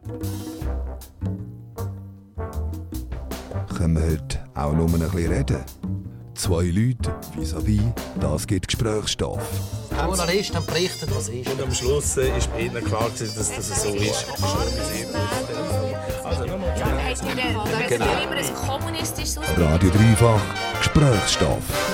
Können wir heute auch nur ein bisschen reden? Zwei Leute vis-à-vis, das gibt Gesprächsstoff. Der Journalist dann berichtet, was ist. Und am Schluss ist bei ihnen klar, dass das so ist. Genau. Immer ein kommunistisches Radio Dreifach, Gesprächsstoff.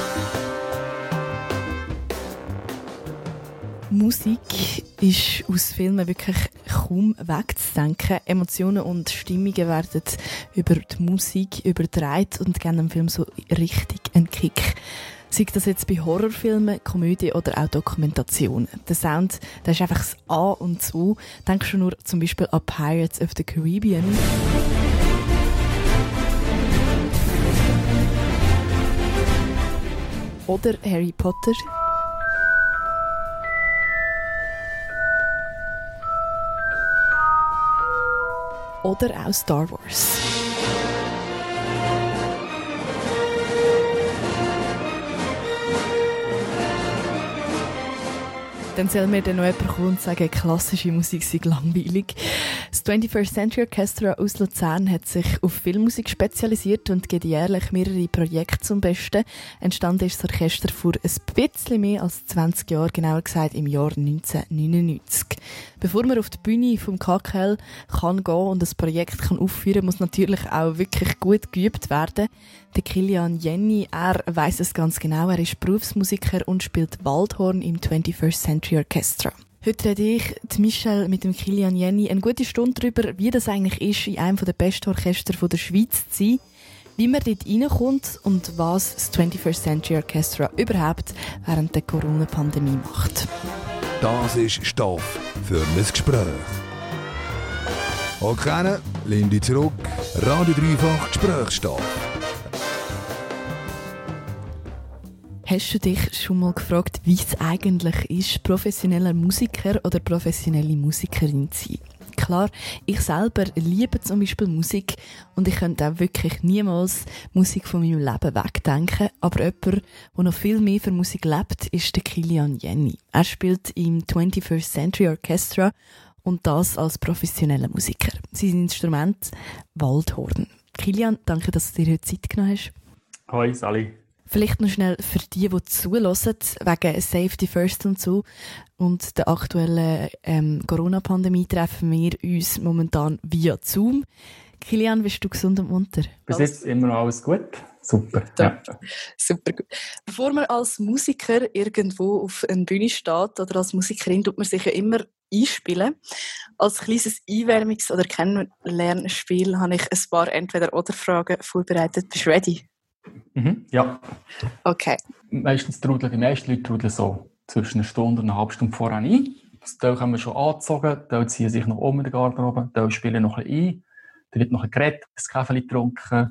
Musik ist aus Filmen wirklich kaum wegzudenken. Emotionen und Stimmungen werden über die Musik übertragen und geben dem Film so richtig einen Kick. Sei das jetzt bei Horrorfilmen, Komödie oder auch Dokumentationen. Der Sound, das ist einfach das A und das U. Denkst du nur zum Beispiel an Pirates of the Caribbean. Oder Harry Potter. Oder auch Star Wars. Dann soll mir dann noch jemand kommen und sagen, klassische Musik sei langweilig. Das 21st Century Orchestra aus Luzern hat sich auf Filmmusik spezialisiert und gibt jährlich mehrere Projekte zum Besten. Entstanden ist das Orchester vor ein bisschen mehr als 20 Jahren, genauer gesagt im Jahr 1999. Bevor man auf die Bühne vom KKL kann gehen und das Projekt kann aufführen, muss natürlich auch wirklich gut geübt werden. Der Kilian Jenny, er weiss es ganz genau. Er ist Berufsmusiker und spielt Waldhorn im 21st Century Orchestra. Heute rede ich, die Michelle, mit dem Kilian Jenny eine gute Stunde darüber, wie das eigentlich ist, in einem der besten Orchester der Schweiz zu sein, wie man dort reinkommt und was das 21st Century Orchestra überhaupt während der Corona-Pandemie macht. Das ist Stoff für ein Gespräch. Okay, Lindy zurück, Radio Dreifach Gesprächsstoff. Hast du dich schon mal gefragt, wie es eigentlich ist, professioneller Musiker oder professionelle Musikerin zu sein? Klar, ich selber liebe zum Beispiel Musik und ich könnte auch wirklich niemals Musik von meinem Leben wegdenken. Aber jemand, der noch viel mehr für Musik lebt, ist der Kilian Jenny. Er spielt im 21st Century Orchestra und das als professioneller Musiker. Sein Instrument Waldhorn. Kilian, danke, dass du dir heute Zeit genommen hast. Hoi, Sally. Vielleicht noch schnell für die zuhören, wegen Safety First und so. Und der aktuellen Corona-Pandemie treffen wir uns momentan via Zoom. Kilian, bist du gesund und munter? Bis jetzt immer noch alles gut. Super. Ja. Super gut. Bevor man als Musiker irgendwo auf einer Bühne steht oder als Musikerin, tut man sich ja immer einspielen. Als kleines Einwärmungs- oder Kennenlernspiel habe ich ein paar Entweder-oder-Fragen vorbereitet. Bist du ready? Ja. Okay. Die meisten Leute trudeln so zwischen einer Stunde und einer halben Stunde vorher ein. Das Teil haben wir schon angezogen, Teil ziehen sich noch um in der Garderobe, Teil spielen noch ein bisschen ein, dann wird noch ein Gerät, ein Kaffee getrunken.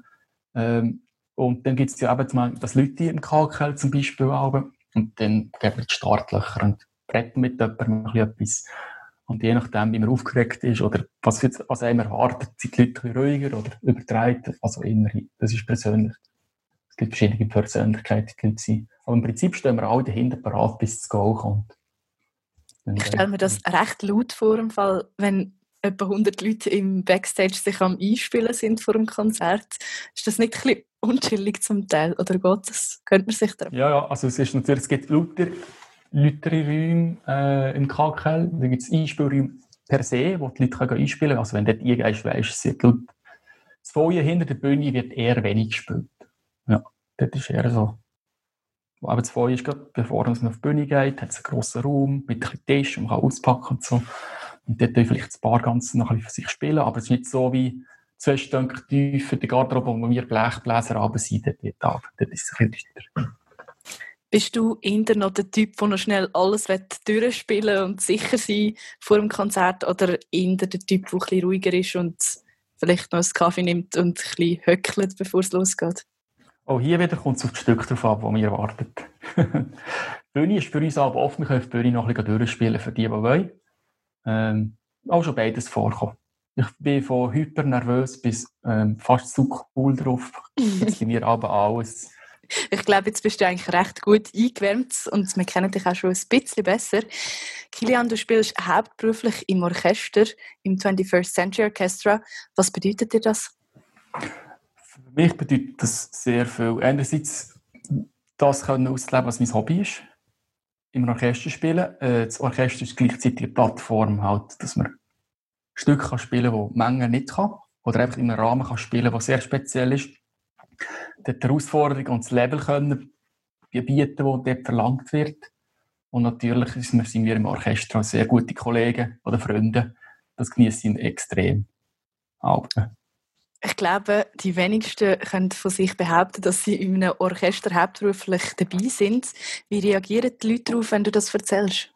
Und dann gibt es ja eben das Leute im KKL zum Beispiel auch. Und dann geben wir die Startlöcher und reden mit jemandem etwas. Und je nachdem, wie man aufgeregt ist oder was einem erwartet, sind die Leute ein bisschen ruhiger oder übertreiben. Also immer, das ist persönlich. Es gibt verschiedene Persönlichkeiten, die Leute sind. Aber im Prinzip stehen wir alle dahinter parat, bis das Goal kommt. Ich stelle mir das recht laut vor, im Fall, wenn etwa 100 Leute im Backstage sich am Einspielen sind vor dem Konzert. Ist das nicht ein bisschen unchillig zum Teil? Oder geht das? Könnte man sich daran? Ja, also es gibt lautere Räume im KKL. Da gibt es Einspielräume per se, wo die Leute einspielen können. Also wenn du dort eingehst, weisst du, das Foyer hinter der Bühne wird eher wenig gespielt. Ja, das ist eher so. Aber das Foyer ist gerade, bevor man auf die Bühne geht, hat es einen grossen Raum mit einem Tisch, man kann auspacken und so. Und dort dürfen vielleicht ein paar ganz noch ein bisschen für sich spielen, aber es ist nicht so wie 2 Stück tief in der Garderobe, wo wir Blechbläser runter sind. Dort ist es ein bisschen düster. Bist du eher noch der Typ, der noch schnell alles durchspielen und sicher sein vor dem Konzert, oder eher der Typ, der ein bisschen ruhiger ist und vielleicht noch einen Kaffee nimmt und ein bisschen höckelt, bevor es losgeht? Auch hier wieder kommt es auf das Stück drauf an, das wir erwarten. Die Bühne ist für uns aber offen. Wir können auf die Bühne noch ein bisschen durchspielen, für die, die wollen. Auch schon beides vorkommen. Ich bin von hyper nervös bis fast zu cool drauf. Jetzt sind wir aber alles Ich glaube, jetzt bist du eigentlich recht gut eingewärmt und wir kennen dich auch schon ein bisschen besser. Kilian, du spielst hauptberuflich im Orchester, im 21st Century Orchestra. Was bedeutet dir das? Für mich bedeutet das sehr viel. Einerseits das können ausleben, was mein Hobby ist. Im Orchester spielen. Das Orchester ist gleichzeitig eine Plattform, halt, dass man Stücke spielen kann, die Menge nicht kann. Oder einfach in einem Rahmen kann spielen, der sehr speziell ist. Dort die Herausforderung und das Level können bieten, das dort verlangt wird. Und natürlich sind wir im Orchester auch sehr gute Kollegen oder Freunde. Das genießen extrem. Aber ich glaube, die wenigsten können von sich behaupten, dass sie in einem Orchester hauptberuflich dabei sind. Wie reagieren die Leute darauf, wenn du das erzählst?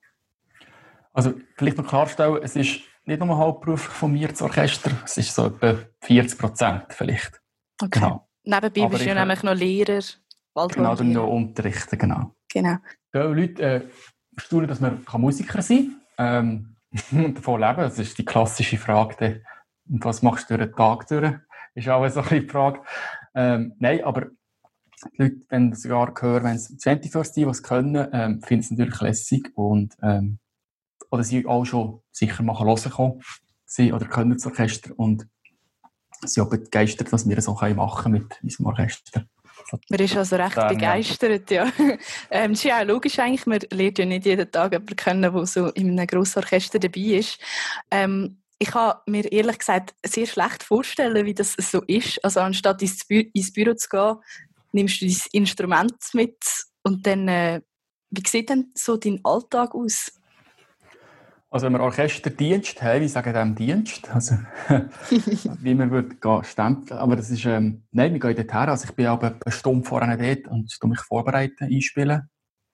Also vielleicht noch klarstellen, es ist nicht nur hauptberuflich von mir das Orchester, es ist so etwa 40% vielleicht. Okay. Genau. Nebenbei bist du ja nämlich noch Lehrer. Genau, dann noch unterrichten, genau. Die Leute staunen, dass man Musiker sein kann und davon leben. Das ist die klassische Frage, und was machst du durch den Tag durch? Ist auch so ein bisschen die Frage. Nein, aber die Leute, wenn sie sogar hören, wenn sie 21st die was können, finden es natürlich lässig und oder sie auch schon sicher mal hören kommen, sie oder können das Orchester und sie auch begeistert, was wir so machen können mit unserem Orchester. Man ist also recht begeistert, ja. Das ist ja auch logisch eigentlich, man lernt ja nicht jeden Tag jemanden kennen, der so in einem grossen Orchester dabei ist. Ich kann mir ehrlich gesagt sehr schlecht vorstellen, wie das so ist. Also anstatt ins Büro zu gehen, nimmst du dein Instrument mit und dann, wie sieht denn so dein Alltag aus? Also wenn wir Orchesterdienst haben, wie sagen dem Dienst, also wie man würde stempeln, aber das ist, nein, wir gehen dort her, also ich bin aber eine Stunde vorher dort und mich vorbereiten, einspielen.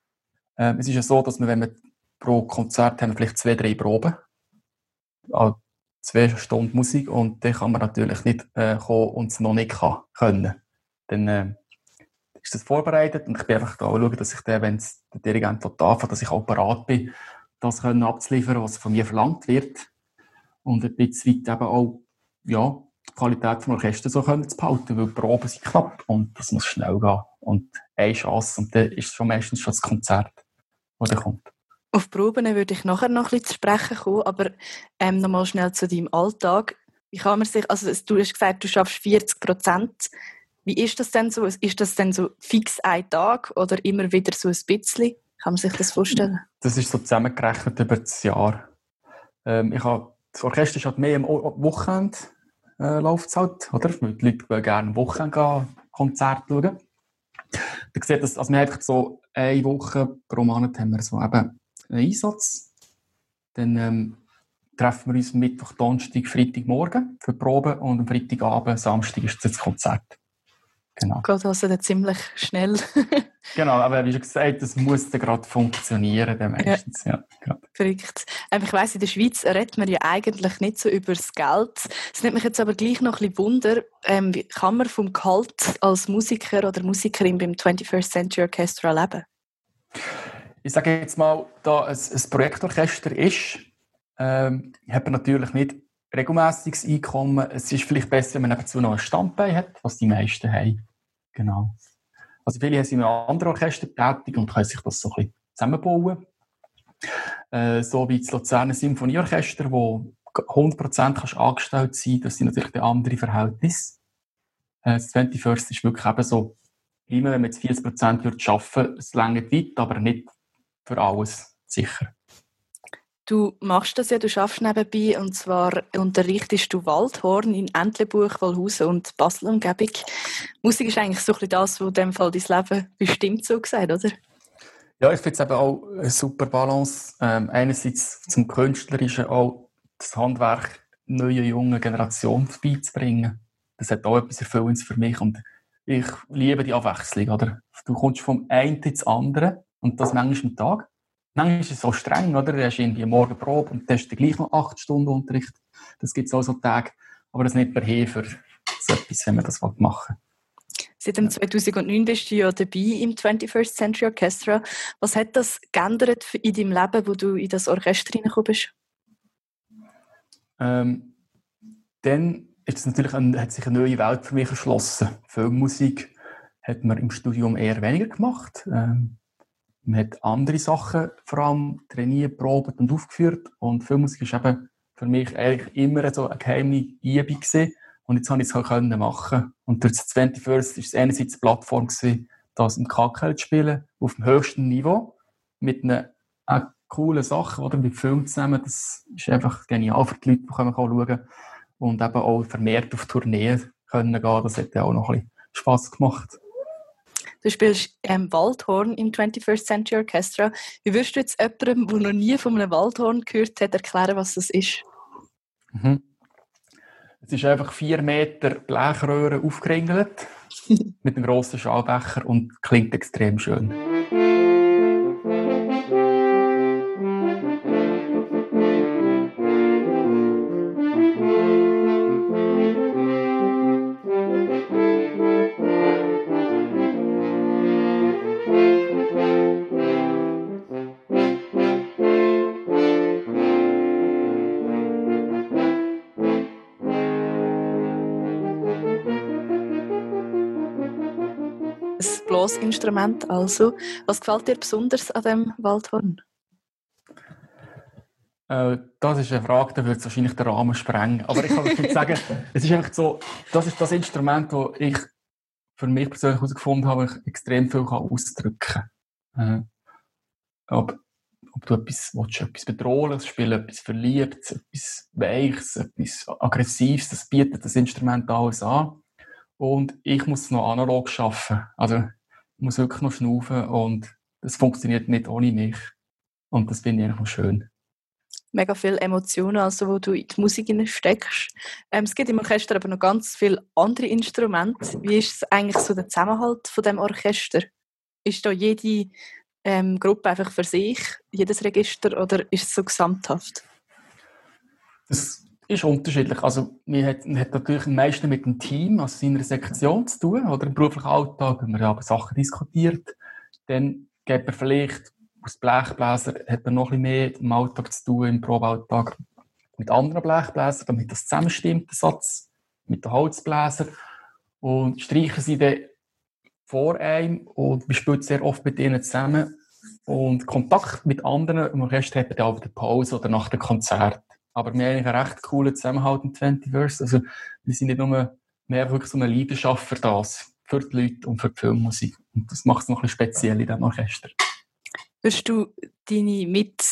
Es ist ja so, dass wir, wenn wir pro Konzert haben, wir vielleicht 2-3 Proben, also 2 Stunden Musik und dann kann man natürlich nicht kommen und es noch nicht können. Dann ist das vorbereitet und ich bin einfach da schauen, dass ich dann, wenn der Dirigent anfängt, dass ich auch bereit bin, das können abzuliefern, was von mir verlangt wird. Und ein bisschen weit eben auch, ja, die Qualität des Orchesters so können zu behalten, weil die Proben sind knapp und das muss schnell gehen. Und eine Chance und dann ist es schon meistens schon das Konzert, das dann kommt. Auf Proben würde ich nachher noch ein bisschen zu sprechen kommen, aber nochmal schnell zu deinem Alltag. Wie kann man sich, also du hast gesagt, du schaffst 40%. Wie ist das denn so? Ist das denn so fix ein Tag oder immer wieder so ein bisschen? Kann man sich das vorstellen? Das ist so zusammengerechnet über das Jahr. Das Orchester ist halt mehr am Wochenende läuft es halt, oder? Weil die Leute gerne am Wochenende Konzerte schauen. Da sieht das, also wir haben einfach so eine Woche pro Monat haben wir so eben einen Einsatz. Dann treffen wir uns Mittwoch, Donnerstag, Freitagmorgen für die Probe und am Freitagabend, Samstag ist das Konzert. Genau. Geht also dann ziemlich schnell. Genau, aber wie schon gesagt, das muss dann gerade funktionieren, dann meistens. Ja. Verrückt. Ich weiss, in der Schweiz redet man ja eigentlich nicht so über das Geld. Es nimmt mich jetzt aber gleich noch ein bisschen Wunder, wie kann man vom Gehalt als Musiker oder Musikerin beim 21st Century Orchestra leben? Ich sage jetzt mal, da ein Projektorchester ist, hat man natürlich nicht regelmäßiges Einkommen. Es ist vielleicht besser, wenn man nebenzu noch ein Standbein hat, was die meisten haben. Genau. Also viele sind in einem anderen Orchester tätig und können sich das so ein bisschen zusammenbauen. So wie das Luzerner Symphonieorchester, wo 100% angestellt sein kannst, das sind natürlich die anderen Verhältnisse. Das 21st ist wirklich eben so, immer wenn man jetzt 40% arbeiten würde, es reicht weit, aber nicht für alles sicher. Du machst das ja, du schaffst nebenbei, und zwar unterrichtest du Waldhorn in Entlebuch, Wolhusen und Basel-Umgebung. Musik ist eigentlich so ein bisschen das, was in dem Fall dein Leben bestimmt, so gesagt, oder? Ja, ich finde es eben auch eine super Balance. Einerseits zum Künstlerischen auch das Handwerk neuen, jungen Generation beizubringen. Das hat auch etwas Erfüllendes für mich und ich liebe die Abwechslung, oder? Du kommst vom einen ins andere und das manchmal am Tag. Manchmal ist es so streng, oder? Du hast irgendwie morgen Probe und dann hast du gleich noch 8 Stunden Unterricht. Das gibt es auch so Tage. Aber das nicht per He für so etwas, wenn man das machen will. Seit 2009 bist du ja dabei im 21st Century Orchestra. Was hat das geändert in deinem Leben, wo du in das Orchester reingekommen bist? Dann ist es natürlich hat sich eine neue Welt für mich erschlossen. Filmmusik, hat man im Studium eher weniger gemacht. Man hat andere Sachen vor allem trainiert, probiert und aufgeführt. Und Filmmusik ist eben für mich eigentlich immer so eine geheime Übung gewesen. Und jetzt konnte ich es machen. Und durch das 21st war es einerseits eine Plattform gewesen, das im KKL zu spielen, auf dem höchsten Niveau, mit einer coolen Sache, oder mit Filmen zusammen. Das ist einfach genial für die Leute, die schauen können. Und eben auch vermehrt auf Tourneen können gehen. Das hat ja auch noch ein bisschen Spass gemacht. Du spielst Waldhorn im 21st Century Orchestra. Wie würdest du jetzt jemandem, der noch nie von einem Waldhorn gehört hat, erklären, was das ist? Es ist einfach 4 Meter Blechröhre aufgeringelt mit einem grossen Schallbecher und klingt extrem schön. Blosinstrument also. Was gefällt dir besonders an dem Waldhorn? Das ist eine Frage, da würde es wahrscheinlich den Rahmen sprengen. Aber ich kann nicht sagen, es ist einfach so, das ist das Instrument, das ich für mich persönlich herausgefunden habe, ich extrem viel ausdrücken kann. Ob du etwas Bedrohliches spielen, etwas Verliebtes, etwas Weiches, etwas Aggressives, das bietet das Instrument alles an. Und ich muss es noch analog arbeiten. Also ich muss wirklich noch schnaufen und das funktioniert nicht ohne mich. Und das finde ich einfach schön. Mega viele Emotionen, also, wo du in die Musik steckst. Es gibt im Orchester aber noch ganz viele andere Instrumente. Wie ist es eigentlich so der Zusammenhalt von dem Orchester? Ist da jede Gruppe einfach für sich, jedes Register, oder ist es so gesamthaft? Das ist unterschiedlich. Also, man hat natürlich am meisten mit dem Team, also seiner Sektion zu tun, oder im beruflichen Alltag, wenn man aber Sachen diskutiert. Dann geht man vielleicht als Blechbläser, hat man noch ein bisschen mehr im Alltag zu tun, im Probealltag mit anderen Blechbläsern, damit das zusammenstimmt, der Satz, mit den Holzbläsern. Und streichen sie dann vor einem und man spielt sehr oft mit ihnen zusammen. Und Kontakt mit anderen im Orchester hat man dann auch in der Pause oder nach dem Konzert. Aber wir haben eigentlich einen recht coolen Zusammenhalt im 21st. Also, wir sind nicht nur mehr wirklich so eine Leidenschaft für das, für die Leute und für die Filmmusik. Und das macht es noch ein bisschen speziell in diesem Orchester. Würdest du deine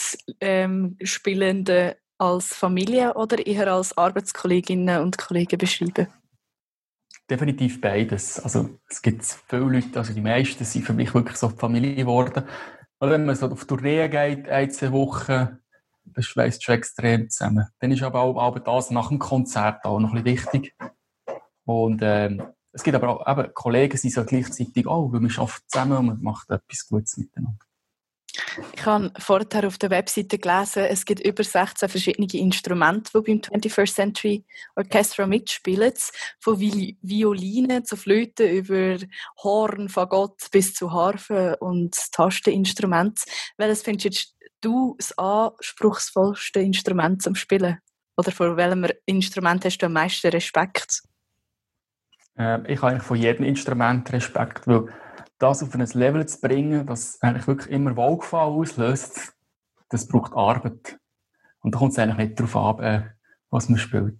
Mitspielenden als Familie oder eher als Arbeitskolleginnen und Kollegen beschreiben? Definitiv beides. Also, es gibt viele Leute, also die meisten sind für mich wirklich so die Familie geworden. Und wenn man so auf Tournee geht, 1-2 Wochen, das schweißt schon extrem zusammen. Dann ist aber auch das nach dem Konzert auch noch ein bisschen wichtig. Und es gibt aber auch eben, Kollegen, die so gleichzeitig auch, weil man arbeitet zusammen und man macht etwas Gutes miteinander. Ich habe vorher auf der Webseite gelesen, es gibt über 16 verschiedene Instrumente, die beim 21st Century Orchestra mitspielen. Von Violinen zu Flöten über Horn, Fagott bis zu Harfe und Tasteninstrumente. Welches findest du das anspruchsvollste Instrument zum Spielen? Oder vor welchem Instrument hast du am meisten Respekt? Ich habe eigentlich von jedem Instrument Respekt, weil das auf ein Level zu bringen, das eigentlich wirklich immer Wohlgefallen auslöst, das braucht Arbeit. Und da kommt es eigentlich nicht darauf an, was man spielt.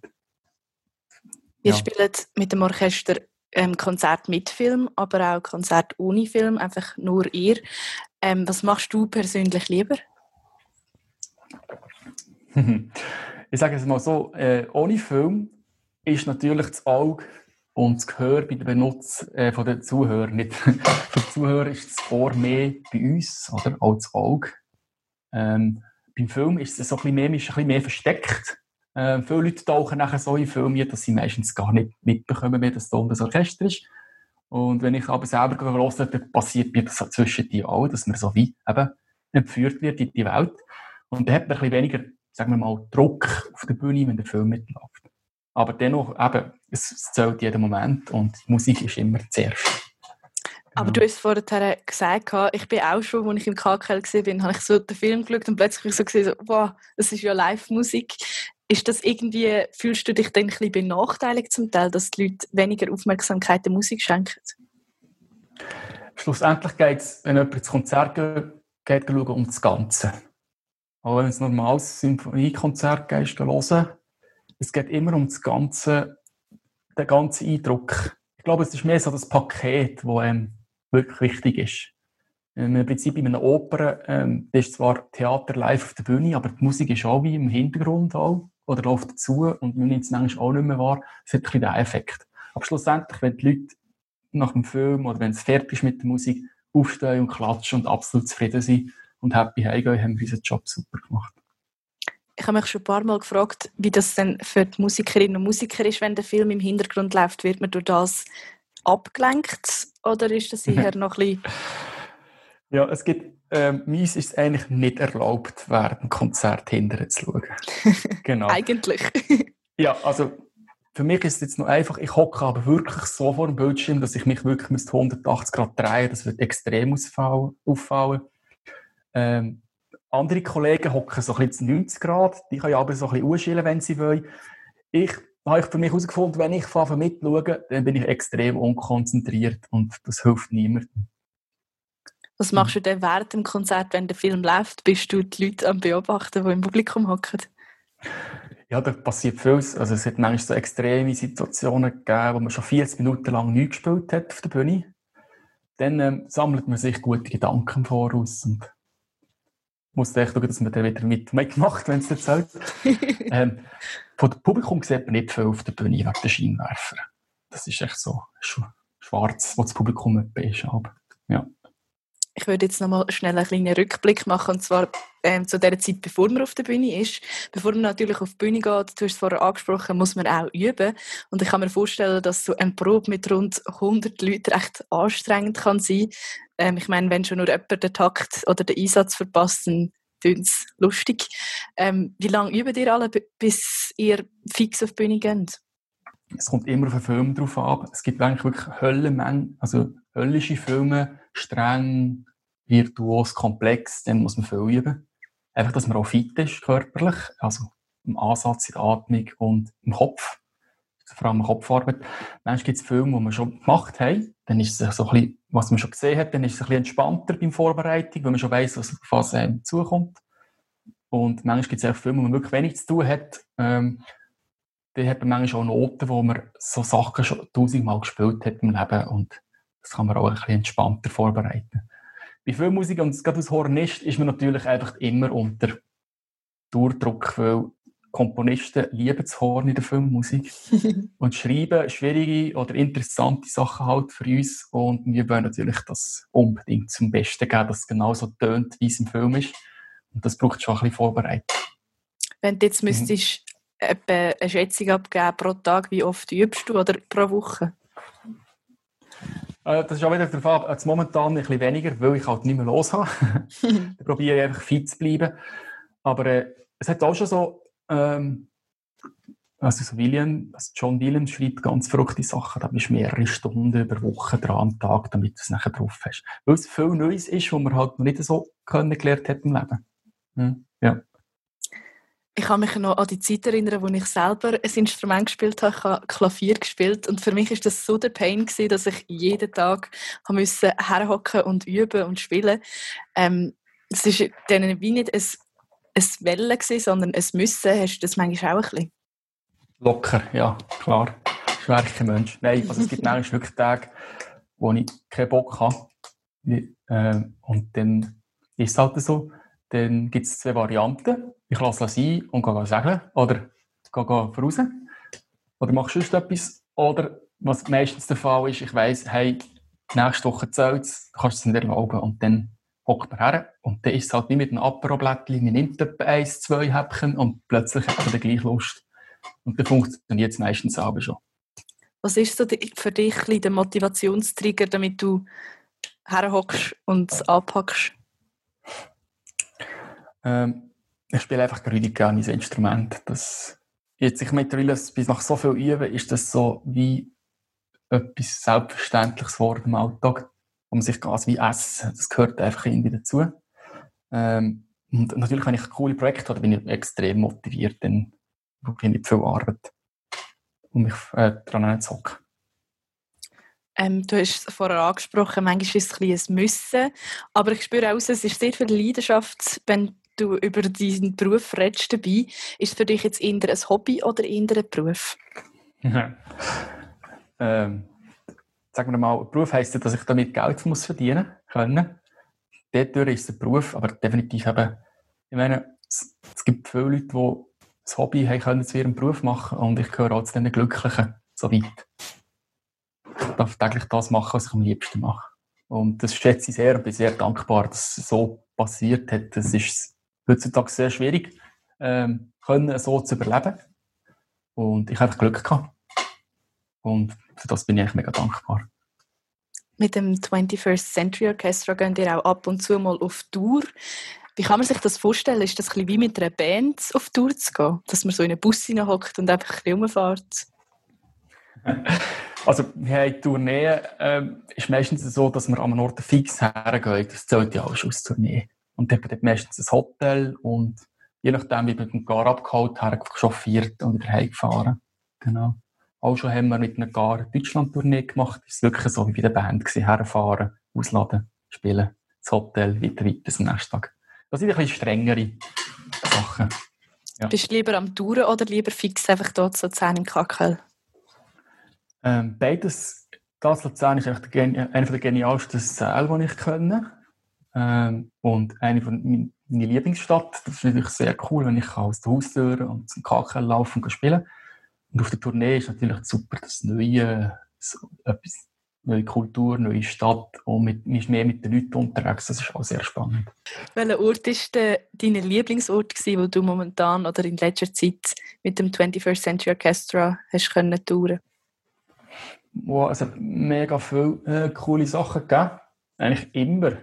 Ihr spielt mit dem Orchester Konzert mit Film, aber auch Konzert ohne Film, einfach nur ihr. Was machst du persönlich lieber? Ich sage es mal so, ohne Film ist natürlich das Auge und das Gehör bei der Benutzer von den Zuhörern nicht. Für die Zuhörer ist das Ohr mehr bei uns, oder? Auch das Auge. Beim Film ist es so ein bisschen mehr versteckt. Viele Leute tauchen nachher so in Filme, dass sie meistens gar nicht mitbekommen, wie das Ton des Orchesters ist. Und wenn ich aber selber höre, dann passiert mir das zwischen die auch, dass man so wie eben entführt wird in die Welt. Und dann hat man ein bisschen weniger, sagen wir mal, Druck auf der Bühne, wenn der Film mitläuft. Aber dennoch, eben, es zählt jeden Moment und die Musik ist immer zuerst. Aber du hast vorher gesagt, ich bin auch schon, als ich im KKL war, habe ich so den Film geschaut und plötzlich so gesehen, wow, das ist ja Live-Musik. Ist das irgendwie, fühlst du dich dann ein bisschen benachteiligt zum Teil, dass die Leute weniger Aufmerksamkeit der Musik schenken? Schlussendlich geht es, wenn jemand ins Konzert geht schauen, um das Ganze. Auch wenn es ein normales Symphoniekonzert geht, hören, es geht immer um das Ganze, den ganzen Eindruck. Ich glaube, es ist mehr so das Paket, das wirklich wichtig ist. Im Prinzip in einer Oper ist zwar Theater live auf der Bühne, aber die Musik ist auch wie im Hintergrund auch, oder läuft dazu und man nimmt es manchmal auch nicht mehr wahr. Das hat ein bisschen den Effekt. Aber schlussendlich, wenn die Leute nach dem Film oder wenn es fertig ist mit der Musik, aufstehen und klatschen und absolut zufrieden sind und happy heimgehen, haben wir unseren Job super gemacht. Ich habe mich schon ein paar Mal gefragt, wie das denn für die Musikerinnen und Musiker ist, wenn der Film im Hintergrund läuft. Wird man durch das abgelenkt oder ist das eher noch ein bisschen... Ja, es gibt, meins ist es eigentlich nicht erlaubt, während dem Konzert hinterher zu schauen. Genau. Eigentlich. Ja, also für mich ist es jetzt noch einfach, ich hocke aber wirklich so vor dem Bildschirm, dass ich mich wirklich 180 Grad drehen müsste. Das wird extrem auffallen. Andere Kollegen hocken so ein bisschen 90 Grad, die können aber so ein bisschen ausschillen, wenn sie wollen. Ich habe für mich herausgefunden, wenn ich mitschaue, dann bin ich extrem unkonzentriert und das hilft niemandem. Was machst du denn während dem Konzert, wenn der Film läuft? Bist du die Leute am Beobachten, die im Publikum hocken? Ja, da passiert vieles. Also es hat manchmal so extreme Situationen gegeben, wo man schon 40 Minuten lang nichts gespielt hat auf der Bühne. Dann sammelt man sich gute Gedanken im Voraus und muss echt schauen, dass man dann wieder mitmacht, wenn es dir zählt. Von dem Publikum sieht man nicht viel auf der Bühne wegen der Scheinwerfer. Das ist echt so schwarz, wo das Publikum ist. Aber, ja. Ich würde jetzt noch mal schnell einen kleinen Rückblick machen, und zwar zu der Zeit, bevor man auf der Bühne ist. Bevor man natürlich auf die Bühne geht, du hast es vorher angesprochen, muss man auch üben. Und ich kann mir vorstellen, dass so eine Probe mit rund 100 Leuten recht anstrengend kann sein. Ich meine, wenn schon nur jemand den Takt oder den Einsatz verpasst, dann klingt es lustig. Wie lange übt ihr alle, bis ihr fix auf die Bühne geht? Es kommt immer auf den Film drauf an. Es gibt eigentlich wirklich Höllenmengen, also höllische Filme, streng, virtuos, komplex, dann muss man viel üben. Einfach, dass man auch fit ist, körperlich, also im Ansatz, in der Atmung und im Kopf. Vor allem Kopfarbeit. Manchmal gibt es Filme, die wir schon gemacht haben, dann ist es so ein bisschen, was man schon gesehen hat, dann ist es ein bisschen entspannter beim Vorbereitung, weil man schon weiss, was zukommt. Und manchmal gibt es auch Filme, wo man wirklich wenig zu tun hat. Dann hat man manchmal auch Noten, wo man so Sachen schon 1000-mal gespielt hat im Leben und das kann man auch ein bisschen entspannter vorbereiten. Bei Filmmusik, und gerade als Hornist, ist man natürlich einfach immer unter Durchdruck, weil Komponisten lieben das Horn in der Filmmusik und schreiben schwierige oder interessante Sachen halt für uns und wir wollen natürlich das unbedingt zum Besten geben, dass es genauso tönt, wie es im Film ist und das braucht schon ein bisschen Vorbereitung. Wenn du jetzt müsstest eine Schätzung abgeben pro Tag, wie oft übst du oder pro Woche? Das ist auch wieder der Fall. Jetzt momentan ein bisschen weniger, weil ich halt nicht mehr los habe. Dann probiere ich einfach fit zu bleiben. Aber es hat auch schon so, John Williams schreibt ganz verrückte Sachen. Da bist du mehrere Stunden über Wochen dran am Tag, damit du es nachher drauf hast. Weil es viel Neues ist, was man halt noch nicht so kennengelernt hat im Leben. Ja. Ich kann mich noch an die Zeit erinnern, wo ich selber ein Instrument gespielt habe. Ich habe Klavier gespielt und für mich war das so der Pain gewesen, dass ich jeden Tag herhocken und üben und spielen. Es war dann wie nicht ein Wollen gewesen, sondern ein Müssen. Hast du das manchmal auch ein bisschen? Locker, ja, klar. Ich bin wirklich kein Mensch. Nein, also es gibt manchmal wirklich Tage, wo ich keinen Bock habe. Und dann ist es halt so. Dann gibt es 2 Varianten. Ich lasse es ein und gehe segeln oder gehe voraus. Oder machst du sonst etwas. Oder, was meistens der Fall ist, ich weiss, hey, nächste Woche zählt es, du kannst es nicht erlauben. Und dann hockt man her und dann ist es halt wie mit einem Apero-Blättchen. Man nimmt etwa 1, 2 Häppchen und plötzlich hat man dann gleich Lust. Und dann funktioniert es meistens aber schon. Was ist so für dich der Motivationstrigger, damit du herhockst und es anpackst? Ich spiele einfach gründlich gerne mein Instrument. Ich mittlerweile, bis nach so viel Üben, ist das so wie etwas Selbstverständliches geworden im Alltag, wo man sich ganz wie essen. Das gehört einfach irgendwie dazu. Und natürlich, wenn ich coole Projekte habe, bin ich extrem motiviert, dann brauche ich nicht viel Arbeit, um mich daran zu hocken. Du hast es vorher angesprochen, manchmal ist es ein bisschen ein Müssen, aber ich spüre auch, es ist sehr viel Leidenschaft, wenn du über deinen Beruf redest dabei. Ist es für dich jetzt eher ein Hobby oder eher ein Beruf? Sagen wir mal, ein Beruf heisst ja, dass ich damit Geld verdienen können. Dadurch ist es ein Beruf, aber definitiv eben, ich meine, es gibt viele Leute, die das Hobby haben können zu ihrem Beruf machen und ich gehöre auch zu den Glücklichen, so weit. Ich darf täglich das machen, was ich am liebsten mache. Und das schätze ich sehr und bin sehr dankbar, dass es so passiert hat. Es ist heutzutage sehr schwierig, können so zu überleben. Und ich habe einfach Glück gehabt. Und für das bin ich eigentlich mega dankbar. Mit dem 21st Century Orchestra gehen ihr auch ab und zu mal auf Tour. Wie kann man sich das vorstellen? Ist das ein bisschen wie mit einer Band auf Tour zu gehen? Dass man so in einen Bus hineinhockt und einfach ein bisschen rumfährt? Also, wir haben Tourneen, ist meistens so, dass wir an einen Ort fix hergehen. Das zählt ja auch schon als Tournee. Und dann hat meistens ein Hotel und je nachdem, wie wir mit dem Gar abgeholt haben, chauffiert und wieder heimgefahren. Genau. Auch schon haben wir mit einer Gar Deutschland-Tournee gemacht. Das war wirklich so wie bei der Band. Herfahren, ausladen, spielen, das Hotel, weiter bis zum nächsten Tag. Das sind ein bisschen strengere Sachen. Ja. Bist du lieber am Touren oder lieber fix einfach dort so 10 im KKL? Beides. Das Luzern ist echt einer der genialsten Säle, die ich kenne. Und eine von meiner Lieblingsstadt. Das ist natürlich sehr cool, wenn ich aus der Haustür und zum KKL laufen und spielen. Und auf der Tournee ist natürlich super, das Neue, etwas, neue Kultur, neue Stadt und man ist mehr mit den Leuten unterwegs. Das ist auch sehr spannend. Welcher Ort war dein Lieblingsort, wo du momentan oder in letzter Zeit mit dem 21st Century Orchestra hast können touren? Wow, es hat mega viele coole Sachen gegeben. Eigentlich immer.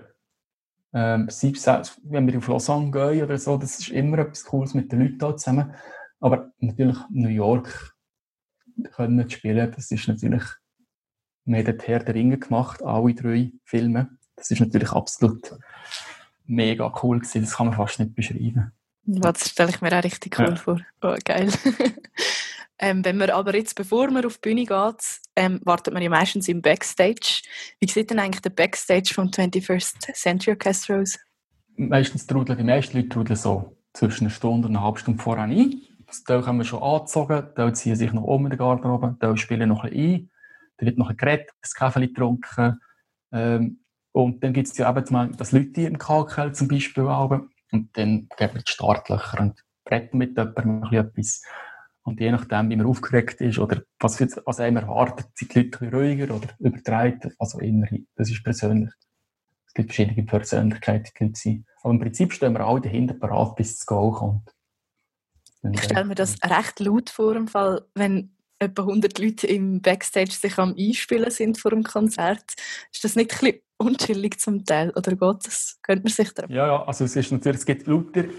Wenn wir auf Lausanne gehen oder so, das ist immer etwas Cooles mit den Leuten zusammen. Aber natürlich New York können spielen, das ist natürlich, wir haben dort Herr der Ringe gemacht, alle 3 Filme. Das ist natürlich absolut mega cool gewesen, das kann man fast nicht beschreiben. Das stelle ich mir auch richtig cool vor. Oh, geil. Wenn man aber jetzt, bevor man auf die Bühne geht, wartet man ja meistens im Backstage. Wie sieht denn eigentlich der Backstage vom 21st Century Orchestra aus? Die meisten Leute trudeln so zwischen einer Stunde und einer halben Stunde vorher ein. Das Teil haben wir schon angezogen, Teil ziehen sich noch in der Garderobe, Teil spielen noch ein bisschen ein. Dann wird noch ein Gerät, ein Kaffee getrunken. Und dann gibt es ja eben das Leute im KKL zum Beispiel auch. Und dann geben wir die Startlöcher und reden mit jemandem etwas. Und je nachdem, wie man aufgeregt ist oder was einem erwartet, sind die Leute ruhiger oder übertreibt. Also immer, das ist persönlich. Es gibt verschiedene Persönlichkeiten, die Leute sind. Aber im Prinzip stehen wir alle dahinter parat, bis das Goal kommt. Ich stelle mir das recht laut vor, im Fall, wenn etwa 100 Leute im Backstage sich am Einspielen sind vor dem Konzert. Ist das nicht ein bisschen unchillig zum Teil? Oder geht das? Könnte man sich daran? Ja, also es gibt lautere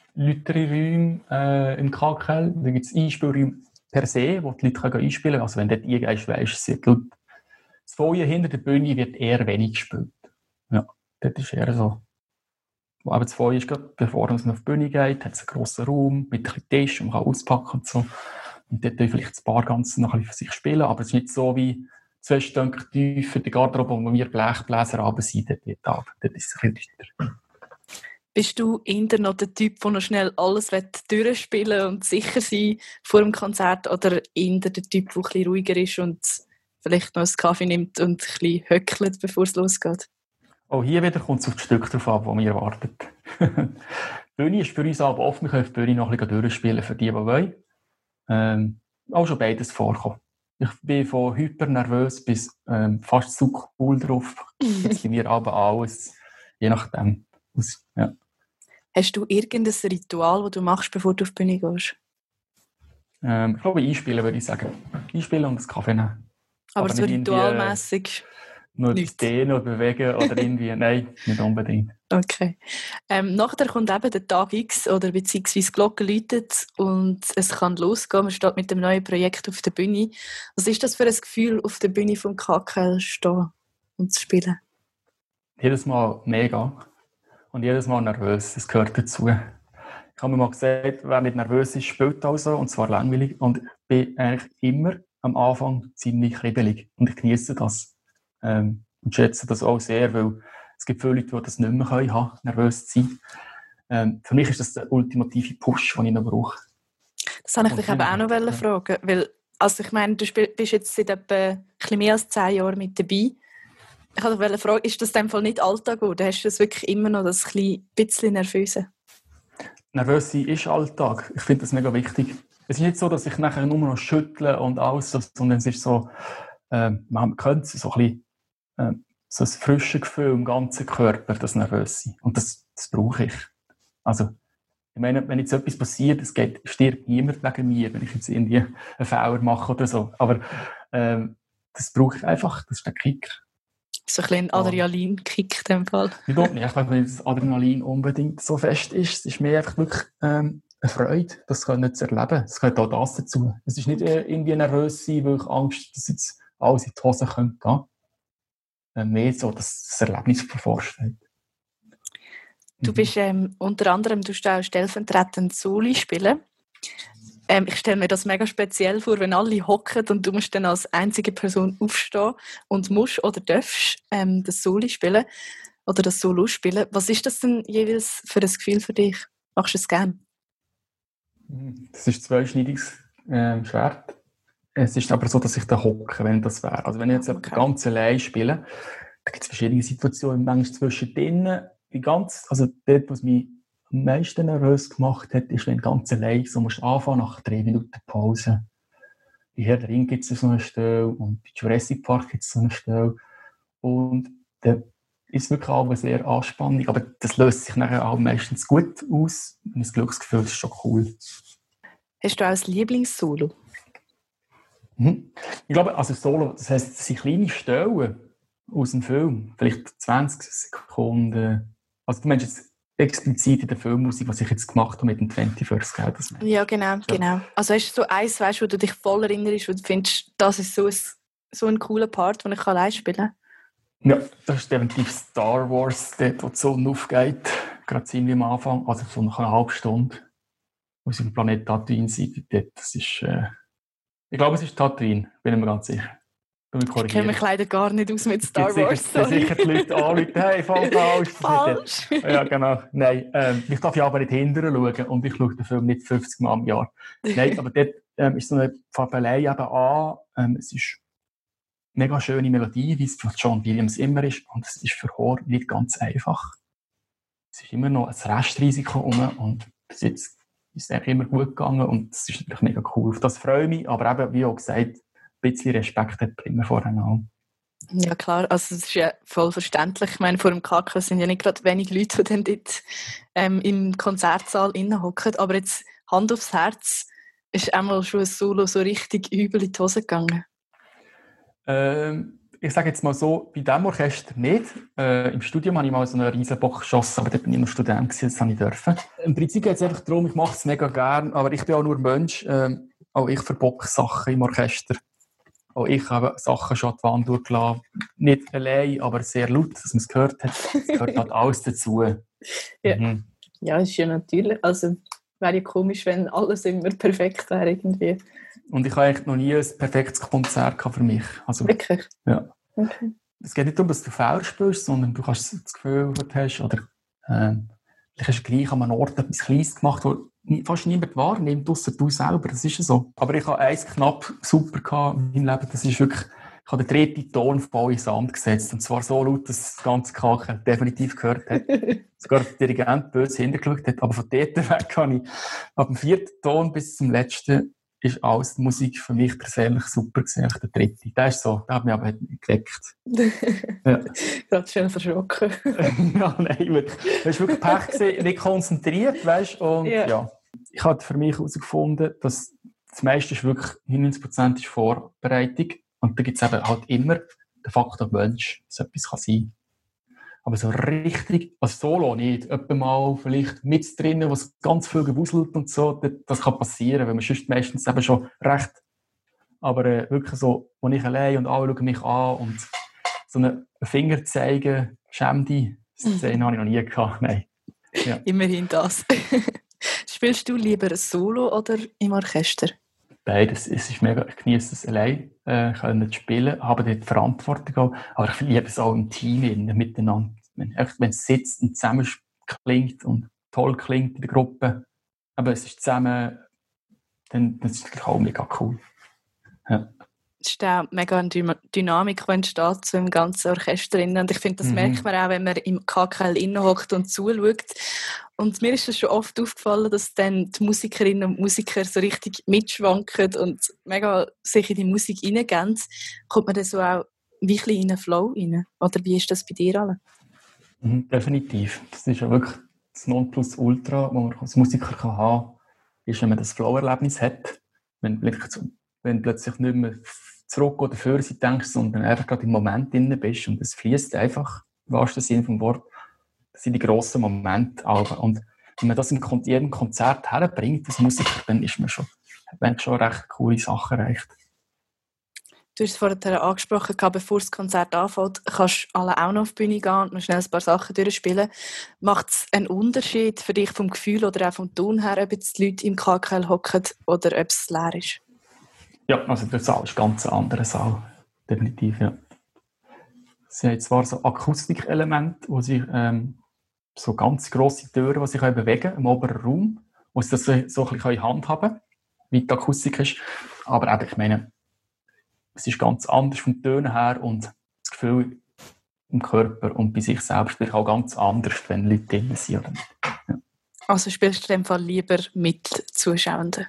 Räume im KKL. Da gibt es Einspielräume per se, wo die Leute einspielen können. Also wenn dort eingehst, weisst du, das Feuer hinter der Bühne wird eher wenig gespielt. Ja, das ist eher so. Aber das Feuer ist gerade, bevor man auf die Bühne geht, hat es einen grossen Raum mit einem Tisch, und man kann auspacken und so. Und dort dürfen vielleicht ein paar ganz noch ein bisschen für sich spielen, aber es ist nicht so wie 2 Stück tiefer die Garderobe, wo wir Blechbläser runter sind, dort ist es ein bisschen weiter. Bist du eher noch der Typ, der noch schnell alles durchspielen und sicher sein vor dem Konzert, oder eher der Typ, der ein bisschen ruhiger ist und vielleicht noch einen Kaffee nimmt und ein bisschen höckelt, bevor es losgeht? Auch hier wieder kommt es auf das Stück drauf an, das wir erwartet. Die Bühne ist für uns aber offen, wir können auf die Bühne noch ein bisschen durchspielen, für die wollen. Auch schon beides vorkommen. Ich bin von hyper nervös bis fast zu cool drauf. Jetzt sind wir aber alles, je nachdem. Ja. Hast du irgendein Ritual, das du machst, bevor du auf die Bühne gehst? Ich glaube, einspielen würde ich sagen. Einspielen und einen Kaffee nehmen. Aber so ritualmässig? Nur das Dehnen oder bewegen oder irgendwie, nein, nicht unbedingt. Okay. Nachher kommt eben der Tag X oder beziehungsweise die Glocke läutet und es kann losgehen. Man steht mit dem neuen Projekt auf der Bühne. Was ist das für ein Gefühl, auf der Bühne vom KKL zu stehen und zu spielen? Jedes Mal mega und jedes Mal nervös. Das gehört dazu. Ich habe mir mal gesagt, wer nicht nervös ist, spielt also, und zwar langweilig. Und ich bin eigentlich immer am Anfang ziemlich kribbelig und ich genieße das. Und schätze das auch sehr, weil es gibt viele Leute, die das nicht mehr haben können, nervös zu sein. Für mich ist das der ultimative Push, den ich noch brauche. Das wollte ich dich eben auch noch fragen, weil, also ich meine, du bist jetzt seit etwa ein bisschen mehr als 10 Jahren mit dabei. Ich wollte dich fragen, ist das in dem Fall nicht Alltag oder hast du das wirklich immer noch das bisschen Nervöse? Nervös sein ist Alltag. Ich finde das mega wichtig. Es ist nicht so, dass ich nachher nur noch schüttle und alles, sondern es ist so, man könnte so ein bisschen so ein frisches Gefühl im ganzen Körper, das Nervöse. Und das brauche ich. Also, ich meine, wenn jetzt etwas passiert, stirbt niemand wegen mir, wenn ich jetzt irgendwie einen Fehler mache oder so. Aber das brauche ich einfach, das ist der Kicker. So ein bisschen Adrenalin-Kick in dem Fall. Ich glaube, das Adrenalin unbedingt so fest ist. Es ist mir einfach wirklich eine Freude, das zu erleben. Es gehört auch das dazu. Es ist nicht irgendwie nervös sein, weil ich Angst, dass jetzt alles in die Hose gehen könnte. Mehr so, dass das Erlebnis vorstellt. Du bist unter anderem, du auch stellvertretend Soli spielen. Ich stelle mir das mega speziell vor, wenn alle hocken und du musst dann als einzige Person aufstehen und musst oder darfst das Soli spielen oder das Solo spielen. Was ist das denn jeweils für ein Gefühl für dich? Machst du es gerne? Das ist ein zweischneidiges Schwert. Es ist aber so, dass ich da hocke, wenn das wäre. Also wenn ich jetzt ganz allein spiele, da gibt es verschiedene Situationen, manchmal zwischendrin. Also dort, was mich am meisten nervös gemacht hat, ist, wenn du ganz allein so musst anfangen, nach 3 Minuten Pause. Bei Herr der Ring gibt es so eine Stelle und bei Jurassic Park gibt es so eine Stelle. Und da ist wirklich auch sehr anspannend, aber das löst sich nachher auch meistens gut aus. Und das Glücksgefühl ist schon cool. Hast du auch ein Lieblingssolo? Ich glaube, also Solo, das heisst, es sind kleine Stellen aus dem Film. Vielleicht 20 Sekunden. Also du meinst jetzt explizit in der Filmmusik, was ich jetzt gemacht habe mit dem 21st, gell? Ja, genau. Also hast du so eins, weißt, wo du dich voll erinnerst, wo du findest, das ist so ein cooler Part, den ich allein spielen kann? Ja, das ist definitiv Star Wars, dort, wo die Sonne aufgeht. Gerade ziemlich am Anfang, also so nach einer halben Stunde, wo sie auf dem Planet Tatooine sind. Das ist, ich glaube, es ist Tatooine, bin ich mir ganz sicher. Ich kenne mich leider gar nicht aus mit Star Wars. Sicher die Leute anrufen, hey, voll falsch. Falsch. Ja, genau. Nein, ich darf ja aber nicht hinterher schauen und ich schaue den Film nicht 50 Mal im Jahr. Nein, aber dort ist so eine Fabelei eben an. Es ist eine mega schöne Melodie, wie es von John Williams immer ist. Und es ist für Horror nicht ganz einfach. Es ist immer noch ein Restrisiko und bis jetzt ist es immer gut gegangen und es ist natürlich mega cool. Auf das freue ich mich, aber eben, wie auch gesagt, ein bisschen Respekt hat immer voreinander. Ja klar, also das ist ja voll verständlich. Ich meine, vor dem KK sind ja nicht gerade wenig Leute, die dann dort im Konzertsaal hocken. Aber jetzt Hand aufs Herz, ist einmal schon ein Solo so richtig übel in die Hose gegangen? Ich sage jetzt mal so, bei diesem Orchester nicht. Im Studium habe ich mal so einen Riesenbock geschossen, aber da bin ich noch Student gewesen, das habe ich dürfen. Im Prinzip geht es einfach darum, ich mache es mega gern, aber ich bin auch nur Mensch. Auch ich verbocke Sachen im Orchester. Auch ich habe Sachen schon an die Wand durchgelassen. Nicht allein, aber sehr laut, dass man es gehört hat. Es gehört halt alles dazu. Ja. Ja, ist ja natürlich. Also wäre ja komisch, wenn alles immer perfekt wäre irgendwie. Und ich habe eigentlich noch nie ein perfektes Konzert für mich. Also, wirklich? Ja. Okay. Es geht nicht darum, dass du Fehler spürst, sondern du kannst das Gefühl, das du hast, oder vielleicht hast du gleich an einem Ort etwas Kleines gemacht, wo fast niemand wahrnimmt, ausser du selber. Das ist ja so. Aber ich hatte eins knapp super in meinem Leben. Das ist wirklich, ich habe den 3. Ton voll ins Sand gesetzt. Und zwar so laut, dass das ganze Kacke definitiv gehört hat. Sogar der Dirigent böse hintergeschaut hat. Aber von dort weg habe ich, ab dem 4. Ton bis zum letzten, ist alles die Musik für mich persönlich super gewesen. Der 3. Der ist so, der hat mich aber geweckt. Ja. Gerade schön verschrocken. Ja, nein, wirklich. Das war wirklich Pech gewesen, nicht konzentriert, weißt du. Und ja. Ich habe für mich herausgefunden, dass das meiste ist wirklich 99% ist Vorbereitung. Und da gibt es eben halt immer den Faktor Mensch, dass etwas kann sein. Aber so richtig, als Solo nicht. Etwa mal vielleicht mit drinnen, was ganz viel gewuselt und so, das kann passieren, weil man sonst meistens eben schon recht. Aber wirklich so, wo ich allein und alle schauen mich an und so einen Finger zeigen, schäm dich, Szene habe ich noch nie gehabt. Nein. Ja. Immerhin das. Spielst du lieber ein Solo oder im Orchester? Beides. Ich genieße es allein. können spielen, haben dort Verantwortung auch. Aber ich liebe es auch im Team miteinander. Wenn es sitzt und zusammen klingt und toll klingt in der Gruppe, aber es ist zusammen, dann das ist es auch mega cool. Ja. Es ist auch mega eine Dynamik, die entsteht so im ganzen Orchester. Und ich finde, das merkt man auch, wenn man im KKL innehockt und zuschaut. Und mir ist es schon oft aufgefallen, dass dann die Musikerinnen und Musiker so richtig mitschwanken und mega sich in die Musik hineingehen. Kommt man dann so auch wirklich in einen Flow rein? Oder wie ist das bei dir alle? Definitiv. Das ist ja wirklich das Nonplusultra, das man als Musiker haben kann, ist, wenn man das Flow-Erlebnis hat. Wenn plötzlich nicht mehr zurück oder für sie denkst, sondern einfach gerade im Moment drin bist und es fließt einfach, im wahrsten Sinne vom Wort. Das sind die grossen Momente. Und wenn man das in jedem Konzert herbringt, als Musiker, dann hat man schon recht coole Sachen erreicht. Du hast es vorhin angesprochen, bevor das Konzert anfängt, kannst du alle auch noch auf die Bühne gehen und noch schnell ein paar Sachen durchspielen. Macht es einen Unterschied für dich vom Gefühl oder auch vom Ton her, ob jetzt die Leute im KKL hocken oder ob es leer ist? Ja, also der Saal ist ein ganz anderer Saal. Definitiv, ja. Sie haben zwar so Akustikelemente, wo sie so ganz grosse Türen, die sich bewegen können im oberen Raum, wo sie das so ein bisschen handhaben können, wie die Akustik ist. Aber eben, ich meine, es ist ganz anders vom Tönen her und das Gefühl im Körper und bei sich selbst ist auch ganz anders, wenn Leute drin sind oder nicht. Ja. Also spielst du in dem Fall lieber mit Zuschauenden?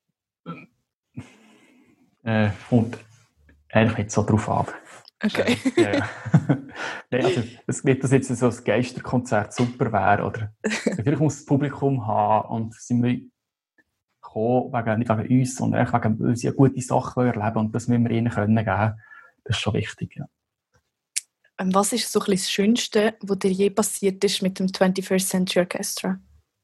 Und eigentlich nicht so drauf ab. Okay. Ja. Nein, also, nicht, dass jetzt so ein Geisterkonzert super wäre. Oder natürlich muss das Publikum haben und sind wir gekommen, nicht wegen uns, sondern einfach wegen, weil sie eine gute Sache erleben und das müssen wir ihnen geben können. Das ist schon wichtig. Ja. Was ist so ein bisschen das Schönste, was dir je passiert ist mit dem 21st Century Orchestra?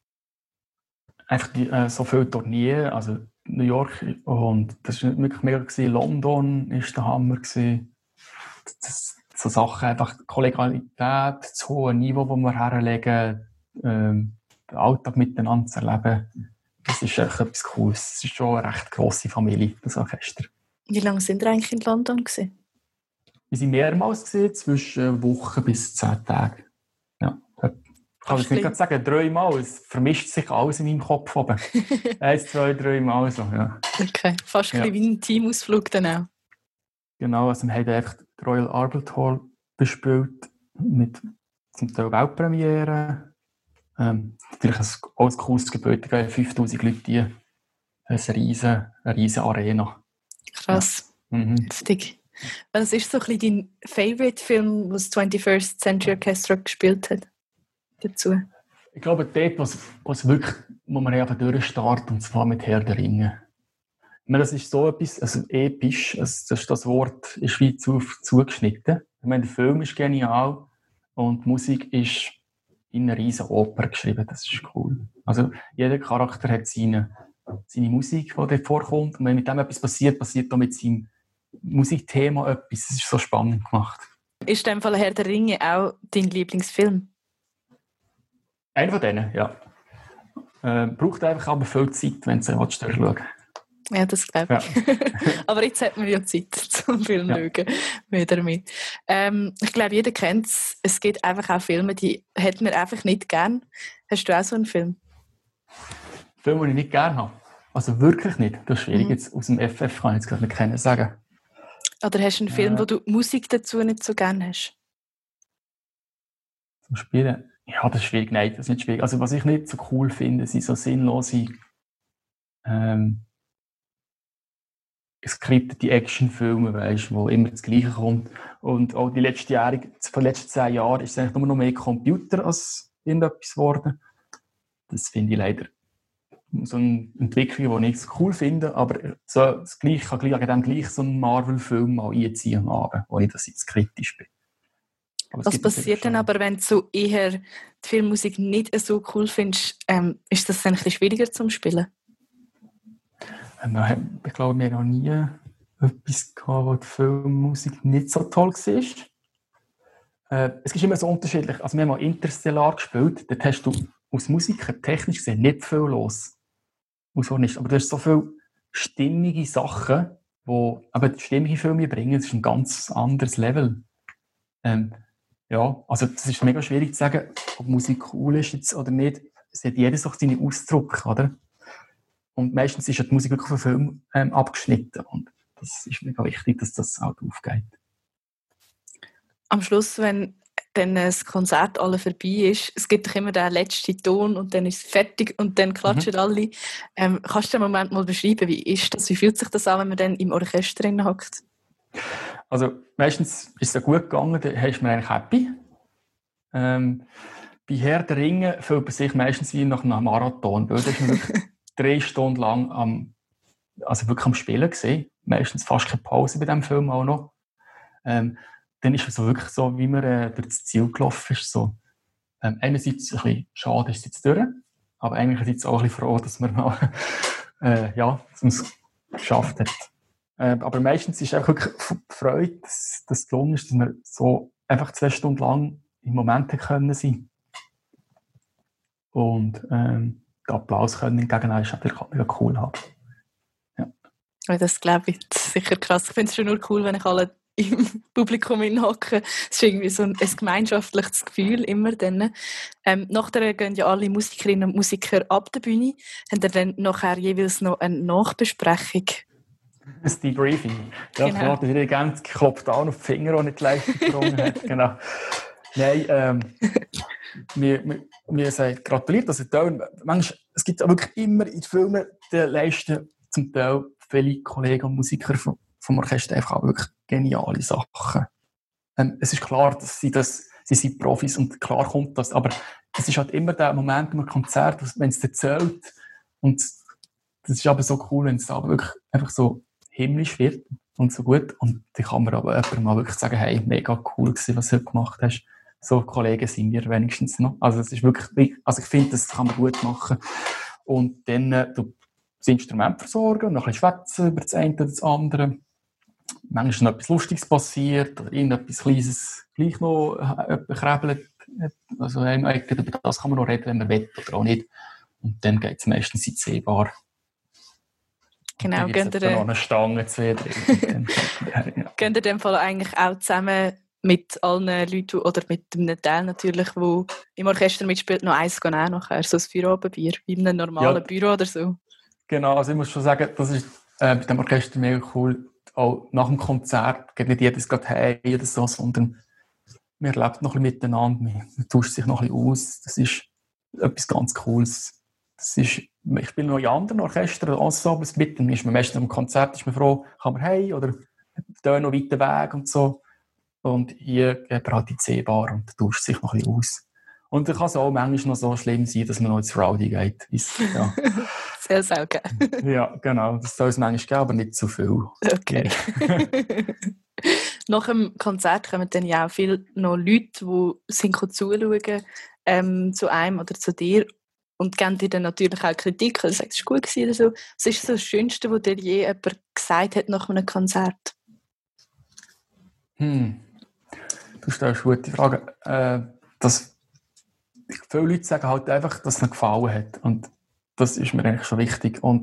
Einfach so viele Turniere, also New York, und das war wirklich mega gewesen. London war der Hammer gewesen. So Sachen, einfach Kollegialität, das hohe Niveau, das wir herlegen, den Alltag miteinander zu erleben, das ist echt etwas Cooles. Es ist schon eine recht grosse Familie, das Orchester. Wie lange sind ihr eigentlich in London gewesen? Wir waren mehrmals gewesen, zwischen Wochen bis 10 Tagen. Ja. Ich kann jetzt nicht gerade sagen, 3 Mal. Es vermischt sich alles in meinem Kopf oben. 1, 2, 3 Mal so, ja. Okay, fast ein bisschen wie ein Teamausflug dann auch. Genau, also wir haben einfach die Royal Albert Hall bespielt, mit zum Teil Weltpremiere. Natürlich auch ein cooles Gebäude, 5000 Leute hier. Eine riesen Arena. Krass, heftig. Was ist so ein bisschen dein Favorite-Film, was das 21st Century Orchestra gespielt hat? Dazu? Ich glaube, dort, wo man eben durchstartet, und zwar mit Herr der Ringe. Ich meine, das ist so etwas, also episch, das Wort ist wie zugeschnitten. Ich meine, der Film ist genial und die Musik ist in einer riesen Oper geschrieben, das ist cool. Also jeder Charakter hat seine Musik, die dort vorkommt, und wenn mit dem etwas passiert auch mit seinem Musikthema etwas. Das ist so spannend gemacht. Ist in dem Fall Herr der Ringe auch dein Lieblingsfilm? Einer von denen, ja. Braucht einfach aber viel Zeit, wenn du es durchschauen. Ja, das glaube ich. Ja. Aber jetzt hat man ja Zeit zum Film schauen. Wieder mit. Ich glaube, jeder kennt es. Es gibt einfach auch Filme, die hat man einfach nicht gern. Hast du auch so einen Film? Filme, den ich nicht gern habe? Also wirklich nicht. Das ist schwierig. Jetzt aus dem FF kann ich jetzt gerade nicht kennen sagen. Oder hast du einen Film, wo du Musik dazu nicht so gern hast? Zum Spielen? Ja, das ist schwierig. Nein, das ist nicht schwierig. Also was ich nicht so cool finde, sind so sinnlose skriptete Actionfilme, weißt, wo immer das Gleiche kommt. Und auch die letzten 10 Jahren ist es eigentlich nur noch mehr Computer als irgendetwas geworden. Das finde ich leider so eine Entwicklung, die ich so cool finde, aber so das Gleiche kann gleich so einen Marvel-Film mal einziehen am Abend, wo ich das jetzt kritisch bin. Was passiert denn aber, wenn du eher die Filmmusik nicht so cool findest? Ist das dann ein bisschen schwieriger zum Spielen? Ich glaube, wir haben noch nie etwas gehabt, wo die Filmmusik nicht so toll war. Es ist immer so unterschiedlich. Also wir haben mal Interstellar gespielt, dort hast du aus Musiker technisch gesehen nicht viel los. Aber du hast so viele stimmige Sachen, wo aber die Stimme in Filme bringen, das ist ein ganz anderes Level. Ja, also das ist mega schwierig zu sagen, ob Musik cool ist jetzt oder nicht. Es hat jeder so seinen Ausdruck, oder? Und meistens ist ja die Musik wirklich auf den Film abgeschnitten. Und das ist mega wichtig, dass das halt aufgeht. Am Schluss, wenn dann das Konzert alle vorbei ist, es gibt doch immer den letzten Ton und dann ist es fertig und dann klatschen alle. Kannst du den Moment mal beschreiben? Wie ist das? Wie fühlt sich das an, wenn man dann im Orchester hockt? Also meistens ist es ja gut gegangen, dann ist man eigentlich happy. Bei Herr der Ringe fühlt man sich meistens wie nach einem Marathon, weil da ist man wirklich 3 Stunden lang wirklich am Spielen gewesen. Meistens fast keine Pause bei diesem Film auch noch. Dann ist es so wirklich so, wie man durch das Ziel gelaufen ist. So. Einerseits ein bisschen schade, ist es jetzt durch, aber andererseits auch ein bisschen froh, dass man mal dass man es geschafft hat. Aber meistens ist es einfach wirklich Freude, dass das gelungen ist, dass man so einfach 2 Stunden lang im Moment können sein. Und den Applaus können entgegennehmen, ist natürlich auch mega cool haben. Ja. Das glaube ich, das ist sicher krass. Ich finde es schon nur cool, wenn ich alle im Publikum hinhocke. Es ist irgendwie so ein gemeinschaftliches Gefühl immer dann. Nachher gehen ja alle Musikerinnen und Musiker ab der Bühne. Haben dann nachher jeweils noch eine Nachbesprechung? Das Debriefing. Ja, genau. Der Dirigent klopft an auf die Finger, die nicht leicht gesprungen hat. Genau. Nein, wir sagen gratuliert. Also, es gibt wirklich immer in den Filmen, die leisten zum Teil viele Kollegen und Musiker vom Orchester einfach auch wirklich geniale Sachen. Es ist klar, dass sie sind Profis und klar kommt das, aber es ist halt immer der Moment im Konzert, wenn es erzählt und das ist aber so cool, wenn es aber wirklich einfach so himmlisch wird und so gut und dann kann man aber jemandem mal wirklich sagen, hey, mega cool gewesen, was du heute gemacht hast. So Kollegen sind wir wenigstens noch. Also es ist wirklich, also ich finde, das kann man gut machen. Und dann das Instrument versorgen und noch ein bisschen schwätzen über das eine oder das andere. Manchmal ist noch etwas Lustiges passiert oder irgendetwas Kleines gleich noch krebelt. Also über das kann man noch reden, wenn man will oder auch nicht. Und dann geht es meistens in die C-Bar. Genau, gehen wir noch eine Stange, 2, 3. Gehen ihr in dem Fall eigentlich auch zusammen mit allen Leuten oder mit einem Teil natürlich, der im Orchester mitspielt, noch eins gehen auch nachher, so ein Feierabendbier, wie in einem normalen Büro oder so? Genau, also ich muss schon sagen, das ist bei dem Orchester mega cool. Auch nach dem Konzert geht nicht jedes gerade hey oder so, sondern man erlebt noch ein bisschen miteinander, man tauscht sich noch ein bisschen aus. Das ist etwas ganz Cooles. Ich spiele noch in anderen Orchestern oder Ensembles mit, dann ist man meistens am Konzert ist man froh, kann man hey oder da noch weiter Weg und so. Und hier geht man halt in die C-Bar und tauscht sich noch ein bisschen aus. Und dann kann es auch manchmal noch so schlimm sein, dass man noch ins Rowdy geht. Ja. Sehr selten. Ja, genau. Das soll es manchmal geben, aber nicht zu viel. Okay. Nach dem Konzert kommen dann ja auch viele noch Leute, die sind zuschauen zu einem oder zu dir und geben dir dann natürlich auch Kritik, oder sagen, es war gut gewesen oder so. Was ist so das Schönste, was dir je jemand gesagt hat nach einem Konzert? Du stellst eine gute Frage. Viele Leute sagen halt einfach, dass es ihnen gefallen hat. Und das ist mir eigentlich schon wichtig. Und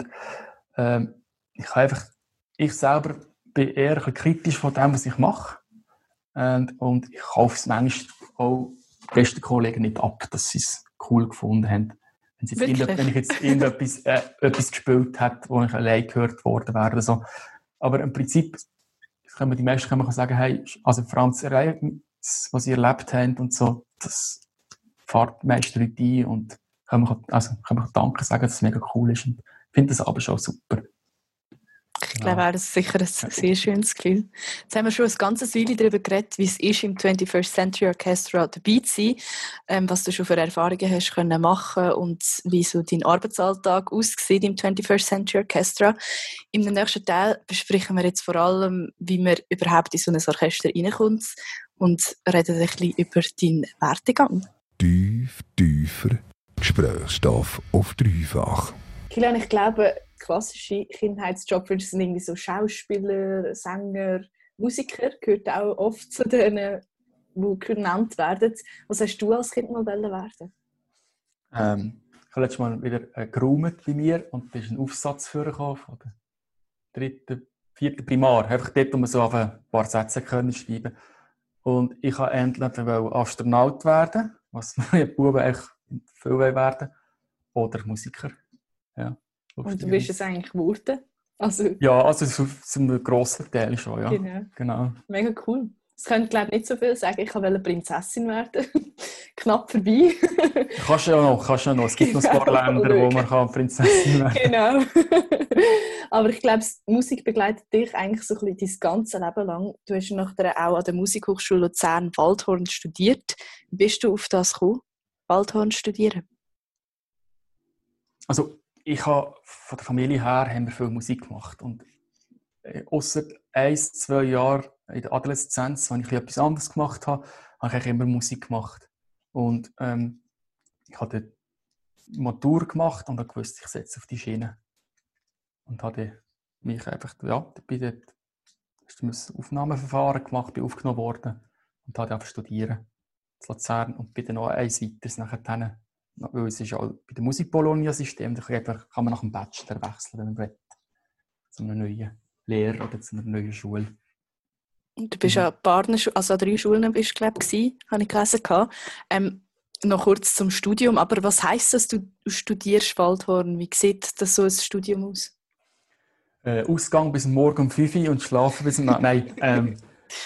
ich selber bin eher ein bisschen kritisch von dem, was ich mache. Und ich kaufe es manchmal auch besten Kollegen nicht ab, dass sie es cool gefunden haben. Wenn ich jetzt etwas gespielt habe, wo ich allein gehört worden wäre. So. Aber im Prinzip können die meisten sagen, hey, also Franz, was sie erlebt haben und so, das fährt die meisten Leute ein und können wir Danke sagen, dass es mega cool ist. Und ich finde das aber schon super. Ich glaube auch, das ist sicher ein sehr schönes Gefühl. Jetzt haben wir schon ein ganzes Weile darüber geredet, wie es ist, im 21st Century Orchestra dabei zu sein, was du schon für Erfahrungen hast können machen und wie so dein Arbeitsalltag aussieht im 21st Century Orchestra. Im nächsten Teil besprechen wir jetzt vor allem, wie man überhaupt in so ein Orchester reinkommt und reden ein bisschen über deinen Werdegang. Tiefer Gesprächsstoff auf dreifach. Kilian, ich glaube, klassische Kindheitsjobs sind irgendwie so Schauspieler, Sänger, Musiker, gehört auch oft zu denen, die genannt werden. Was hast du als Kind mal werden? Ich habe letztes Mal wieder geräumt bei mir und da ist ein Aufsatz vorgekommen von der 3. 4. Primar, einfach dort, wo man so auf ein paar Sätze können schreiben. Und ich wollte endlich Astronaut werden, was meine Buben echt viel werden, oder Musiker. Ja, und du bist es eigentlich geworden? Also, ja, also zu einem grossen Teil schon, ja. Genau. Mega cool. Das könnte, glaube ich, nicht so viel sagen. Ich wollte Prinzessin werden. Knapp vorbei. Kannst du ja noch. Es gibt noch ein paar Länder, wo man Prinzessin werden kann. Genau. Aber ich glaube, Musik begleitet dich eigentlich so ein bisschen dein ganzes Leben lang. Du hast nachher auch an der Musikhochschule Luzern Waldhorn studiert. Wie bist du auf das gekommen, Waldhorn studieren? Also, von der Familie her haben wir viel Musik gemacht. Und ausser 1-2 Jahre in der Adoleszenz, als ich etwas anderes gemacht habe, habe ich immer Musik gemacht. Und ich habe die Matur gemacht und habe gewusst, ich setze auf die Schiene. Und habe mich einfach, bei dem Aufnahmeverfahren gemacht, bin aufgenommen worden und habe einfach studieren in Luzern und bin dann noch eins weiteres nachher, weil es ist ja bei dem Musik-Bologna-System, da kann man nach dem Bachelor wechseln, wenn man will, zu einer neuen Lehre oder zu einer neuen Schule. Du bist an an 3 Schulen bist, glaube ich, habe ich gelesen. Noch kurz zum Studium, aber was heisst das, du studierst Waldhorn? Wie sieht das so ein Studium aus? Ausgang bis morgen um 5 Uhr und schlafen bis um... Nein,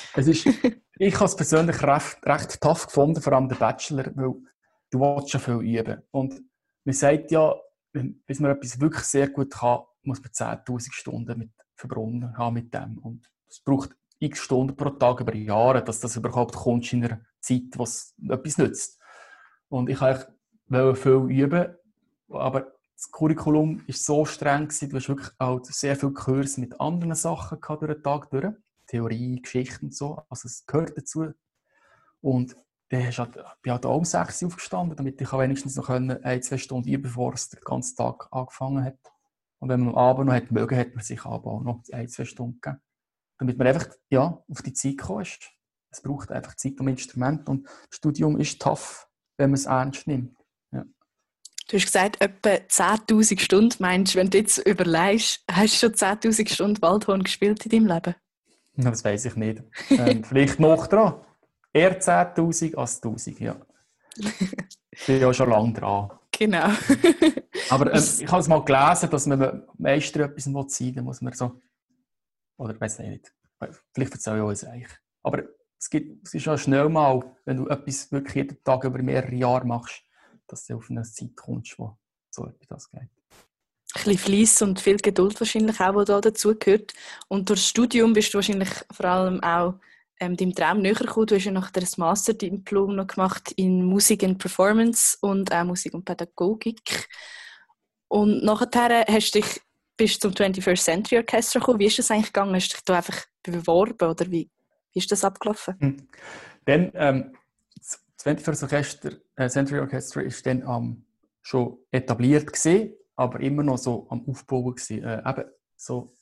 ich habe es persönlich recht tough gefunden, vor allem der Bachelor, weil du willst schon viel üben. Und man sagt ja, bis man etwas wirklich sehr gut kann, muss man 10'000 Stunden verbunden haben mit dem. Und es braucht x Stunden pro Tag über Jahre, dass das überhaupt kommt in einer Zeit, was etwas nützt. Und ich wollte viel üben, aber das Curriculum war so streng, du hast wirklich auch sehr viele Kurse mit anderen Sachen durch den Tag durch. Theorie, Geschichte und so, also es gehört dazu. Und dann bin ich halt auch um 6 Uhr aufgestanden, damit ich wenigstens noch 1-2 Stunden üben, bevor es den ganzen Tag angefangen hat. Und wenn man am Abend noch hätte mögen, hätte man sich aber auch noch 1-2 Stunden gegeben. Damit man einfach auf die Zeit gekommen ist. Es braucht einfach Zeit um Instrument und das Studium ist tough, wenn man es ernst nimmt. Ja. Du hast gesagt, etwa 10'000 Stunden. Meinst du, wenn du jetzt überlegst, hast du schon 10'000 Stunden Waldhorn gespielt in deinem Leben? Das weiss ich nicht. Vielleicht noch dran. Eher 10'000 als 1'000, ja. Ich bin ja schon lange dran. Genau. Aber ich habe es mal gelesen, dass man, wenn Meister etwas sein will, dann muss man so... Oder ich weiss nicht. Vielleicht erzähle ich euch eigentlich. Aber es ist ja schnell mal, wenn du etwas wirklich jeden Tag über mehrere Jahre machst, dass du auf eine Zeit kommst, wo so etwas geht. Ein bisschen Fleiss und viel Geduld wahrscheinlich auch, die da dazugehört. Und durch das Studium bist du wahrscheinlich vor allem auch deinem Traum näher gekommen. Du hast ja nachher das Masterdiplom noch gemacht in Musik und Performance und auch Musik und Pädagogik. Und nachher bist du zum 21st Century Orchestra gekommen. Wie ist das eigentlich gegangen? Hast du dich da einfach beworben oder wie ist das abgelaufen? Dann, das 21st Century Orchestra ist dann schon etabliert gewesen, aber immer noch so am Aufbauen gewesen. Eben so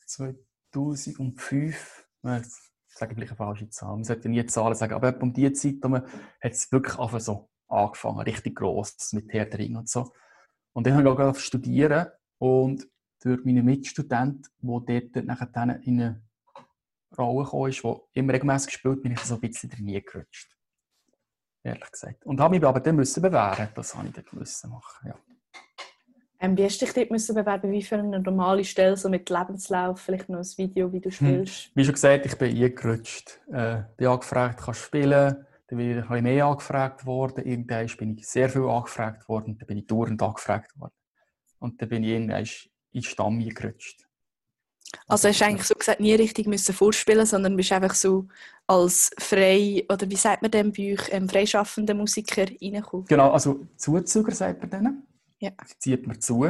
2005, ich sage gleich eine falsche Zahl, man sollte nie Zahlen sagen, aber um diese Zeit hat es wirklich einfach so angefangen, richtig gross mit Herr der Ringe und so. Und dann habe ich auch studieren und durch meine Mitstudent, der dort nachher in eine Rolle gekommen ist, die immer regelmäßig gespielt, bin ich so ein bisschen reingerutscht. Ehrlich gesagt. Und habe mich aber dann bewähren. Das habe ich dort machen. Ja. Wie hast du dich dort bewerben? Wie für eine normale Stelle, so mit Lebenslauf, vielleicht noch ein Video, wie du spielst? Wie schon gesagt, ich bin eingerutscht. Bin angefragt, kannst du spielen. Dann bin ich ein bisschen mehr angefragt worden. Irgendwann bin ich sehr viel angefragt worden. Dann bin ich dauernd angefragt worden. Und dann bin ich irgendwann in den Stamm eingerutscht. Also hast du eigentlich so gesagt, nie richtig vorspielen, sondern bist einfach so als frei, oder wie sagt man dem bei euch, freischaffender Musiker reingekommen? Genau, also Zuzüger sagt man denen. Ja. Die zieht man zu.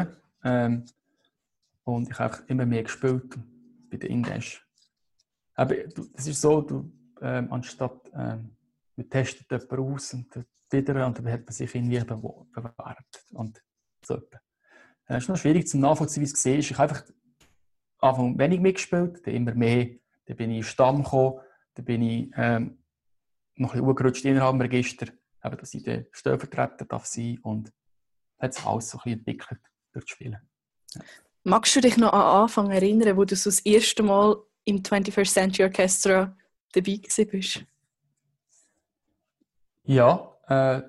Und ich habe einfach immer mehr gespielt bei den Indisch. Aber das ist so, anstatt du testet jemanden aus und wieder, und dann hat man sich irgendwie bewährt. Und so. Es ist noch schwierig zu nachvollziehen, wie es war. Ich habe einfach am Anfang wenig mitgespielt, dann immer mehr. Dann bin ich in den Stamm gekommen, dann bin ich noch ein bisschen hochgerutscht innerhalb dem Register, eben, dass ich den Stellvertreter darf sein und hat sich alles so ein bisschen entwickelt durch das Spielen. Ja. Magst du dich noch an Anfang erinnern, wo du so das erste Mal im 21st Century Orchestra dabei bist? Ja,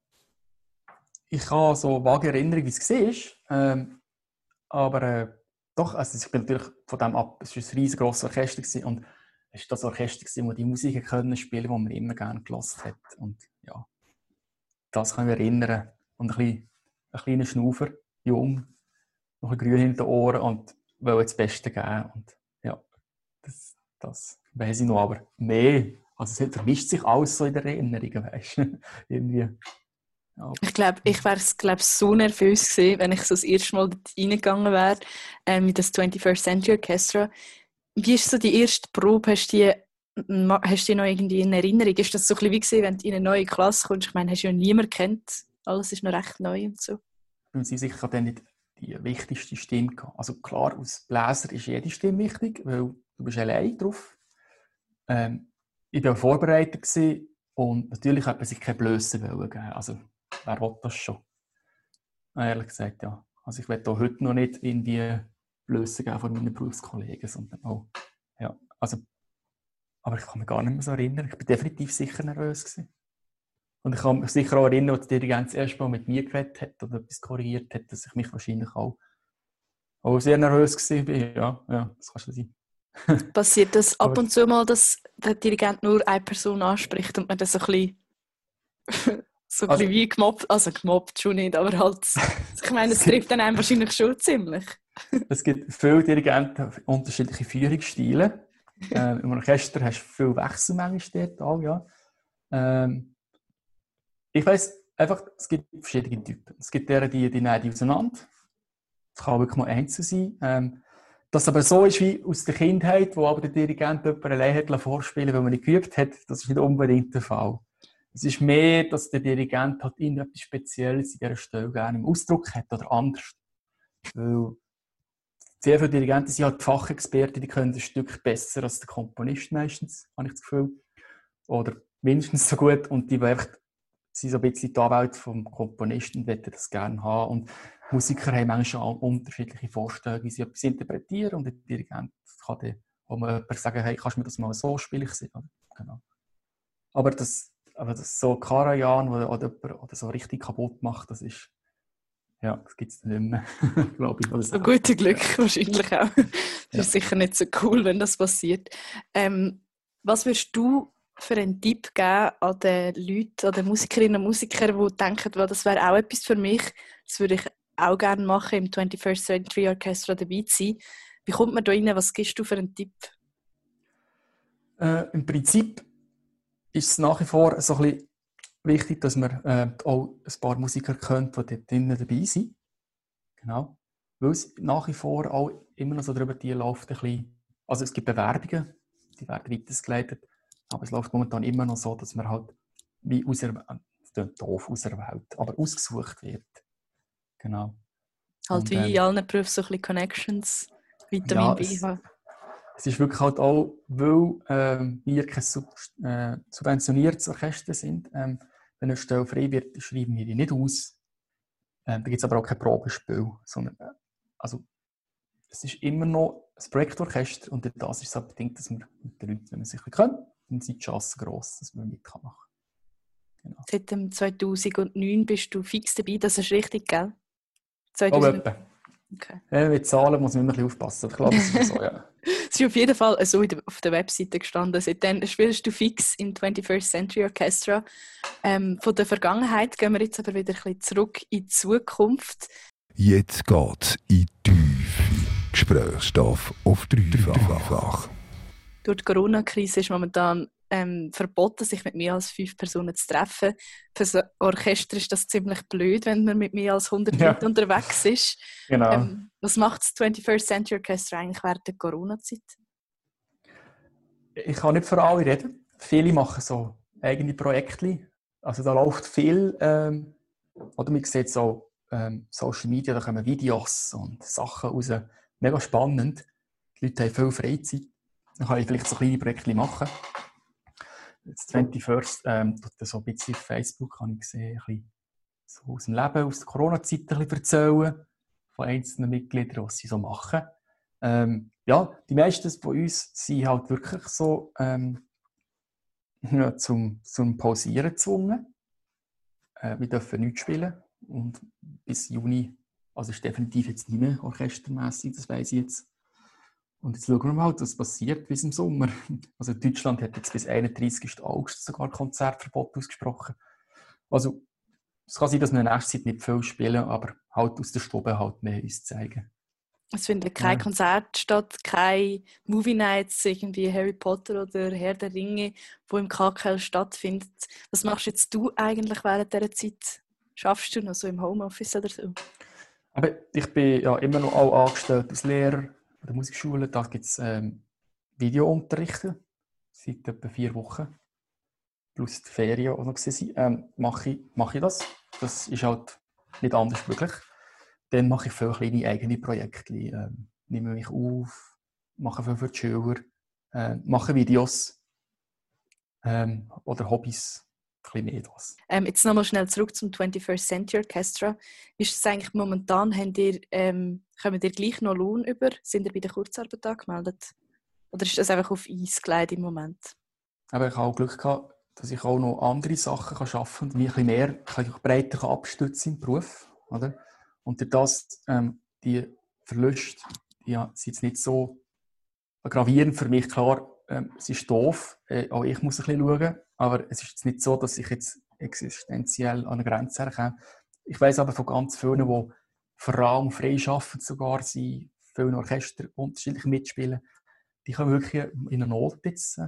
ich habe so vage Erinnerung, wie es war. Aber doch, also ich bin natürlich von dem ab. Es war ein riesengroßes Orchester gewesen, und es war das Orchester, das die Musik können spielen, die man immer gerne gehört hat. Und ja, das kann ich mich erinnern. Und ein kleiner Schnaufer, jung, noch ein grün hinter den Ohren und wollte das Beste geben. Und ja, das weiss ich noch, aber mehr. Also es vermischt sich alles so in der Erinnerung, weißt du? Irgendwie. Ja. Ich glaube, ich wäre so nervös gewesen, wenn ich so das erste Mal dort reingegangen wäre, mit das 21st Century Orchestra. Wie ist so die erste Probe? Hast du die noch irgendwie in Erinnerung? Ist das so ein bisschen wie gewesen, wenn du in eine neue Klasse kommst? Ich meine, hast du ja niemanden kennt. Alles ist noch recht neu und so. Ich bin sicher, ich hatte dann nicht die wichtigste Stimme gehabt. Also klar, als Bläser ist jede Stimme wichtig, weil du bist allein drauf. Ich war vorbereitet gewesen, und natürlich hat man sich keine Blöße geben. Also wer will das schon? Ehrlich gesagt, ja. Also ich will auch heute noch nicht irgendwie Blöße geben von meinen Berufskollegen, sondern auch, ja. Also, aber ich kann mich gar nicht mehr so erinnern. Ich war definitiv sicher nervös gewesen. Und ich kann mich sicher auch erinnern, als der Dirigent das erste Mal mit mir geredet hat oder etwas korrigiert hat, dass ich mich wahrscheinlich auch sehr nervös war. Ja, das kann schon sein. Passiert das ab und zu mal, dass der Dirigent nur eine Person anspricht und man das so ein bisschen wie gemobbt schon nicht, aber halt, ich meine, es trifft dann einem wahrscheinlich schon ziemlich. Es gibt viele Dirigenten, unterschiedliche Führungsstile. Im Orchester hast du viel Wechsel manchmal dort auch, ja. Ich weiss einfach, es gibt verschiedene Typen. Es gibt die nehmen die auseinander. Es kann wirklich mal Einzel sein. Dass es aber so ist wie aus der Kindheit, wo aber der Dirigent jemanden allein hat vorspielen, weil man nicht geübt hat, das ist nicht unbedingt der Fall. Es ist mehr, dass der Dirigent halt irgendetwas Spezielles in dieser Stelle gerne im Ausdruck hat oder anders. Weil sehr viele Dirigenten sind halt Fachexperten, die können ein Stück besser als der Komponist meistens, habe ich das Gefühl. Oder mindestens so gut, und die sind so ein bisschen die Anwälte vom Komponisten und wollen das gerne haben. Und Musiker haben manchmal auch unterschiedliche Vorstellungen, wie sie etwas interpretieren, und der Dirigent kann dann auch mal jemand sagen, hey, kannst du mir das mal so spielen? Genau. Aber das so Karajan oder so richtig kaputt macht, das gibt es nicht mehr, glaube ich. So gutes Glück wahrscheinlich auch. Das ist sicher nicht so cool, wenn das passiert. Was würdest du für einen Tipp geben an den Leuten, an den Musikerinnen und Musikern, die denken, das wäre auch etwas für mich, das würde ich auch gerne machen, im 21st Century Orchestra dabei zu sein. Wie kommt man da rein? Was gibst du für einen Tipp? Im Prinzip ist es nach wie vor so ein bisschen wichtig, dass man auch ein paar Musiker kennt, die dort drinnen dabei sind. Genau. Weil es nach wie vor auch immer noch so darüber läuft, ein bisschen, also es gibt Bewerbungen, die werden weitergeleitet, aber es läuft momentan immer noch so, dass man halt wie auserwählt, aber ausgesucht wird. Genau. Halt und, wie in allen Berufen so ein bisschen Connections, Vitamin B haben. Es ist wirklich halt auch, weil wir kein subventioniertes Orchester sind. Wenn eine Stelle frei wird, schreiben wir die nicht aus. Da gibt es aber auch kein Probespiel. Sondern, es ist immer noch ein Projektorchester, und das ist so bedingt, dass man mit den Leuten, wenn man sich kennt, dann sind die Chancen gross, dass man mitmachen kann. Genau. Seit dem 2009 bist du fix dabei, das ist richtig, gell? Okay. Mit Zahlen muss man immer ein bisschen aufpassen. Ich glaube, das ist so, ja. Es ist auf jeden Fall so auf der Webseite gestanden. Seitdem spielst du fix im 21st Century Orchestra. Von der Vergangenheit gehen wir jetzt aber wieder ein bisschen zurück in die Zukunft. Jetzt geht's in die Tiefe. Gesprächsstoff auf Dreifach. Durch die Corona-Krise ist momentan verboten, sich mit mehr als 5 Personen zu treffen. Für das Orchester ist das ziemlich blöd, wenn man mit mehr als 100 Leuten unterwegs ist. Genau. Was macht das 21st Century Orchestra eigentlich während der Corona-Zeit? Ich kann nicht für alle reden. Viele machen so eigene Projekte. Also da läuft viel, oder man sieht so Social Media, da kommen Videos und Sachen raus. Mega spannend. Die Leute haben viel Freizeit. Dann kann ich vielleicht so kleine Projekte machen. Das 21st tut so ein bisschen auf Facebook, habe ich gesehen, ein bisschen so aus dem Leben, aus der Corona-Zeit ein bisschen erzählen von einzelnen Mitgliedern, was sie so machen. Ja, ja, die meisten von uns sind halt wirklich so zum Pausieren gezwungen. Wir dürfen nichts spielen und bis Juni, also ist definitiv jetzt nicht mehr orchestermässig, das weiss ich jetzt. Und jetzt schauen wir mal, was passiert bis im Sommer. Also Deutschland hat jetzt bis 31. August sogar Konzertverbot ausgesprochen. Also es kann sein, dass wir in der nächsten Zeit nicht viel spielen, aber halt aus der Stube halt mehr uns zeigen. Es findet kein Konzert statt, keine Movie Nights, irgendwie Harry Potter oder Herr der Ringe, wo im KKL stattfindet. Was machst jetzt du eigentlich während dieser Zeit? Schaffst du noch so im Homeoffice oder so? Aber ich bin ja immer noch auch angestellt als Lehrer an der Musikschule. Da gibt es Videounterrichte seit etwa 4 Wochen. Plus die Ferien auch noch waren. Mache ich das. Das ist halt nicht anders möglich. Dann mache ich viele kleine eigene Projekte. Nehme mich auf, mache viel für die Schüler, mache Videos oder Hobbys. Ein bisschen mehr das. Jetzt nochmal schnell zurück zum 21st Century Orchestra. Ist es eigentlich momentan, kommt ihr gleich noch Lohn über? Sind ihr bei der Kurzarbeit angemeldet? Oder ist das einfach auf Eis gelegt im Moment? Aber ich habe auch Glück gehabt, dass ich auch noch andere Sachen arbeiten kann und mich ein bisschen mehr breiter abstützen im Beruf. Oder? Und durch das, die Verluste sind jetzt nicht so gravierend für mich. Klar, es ist doof, auch ich muss ein bisschen schauen, aber es ist jetzt nicht so, dass ich jetzt existenziell an eine Grenze herkomme. Ich weiss aber von ganz vielen, die vor allem frei arbeiten, sogar sie viele Orchester unterschiedlich mitspielen, die kommen wirklich in eine Not jetzt.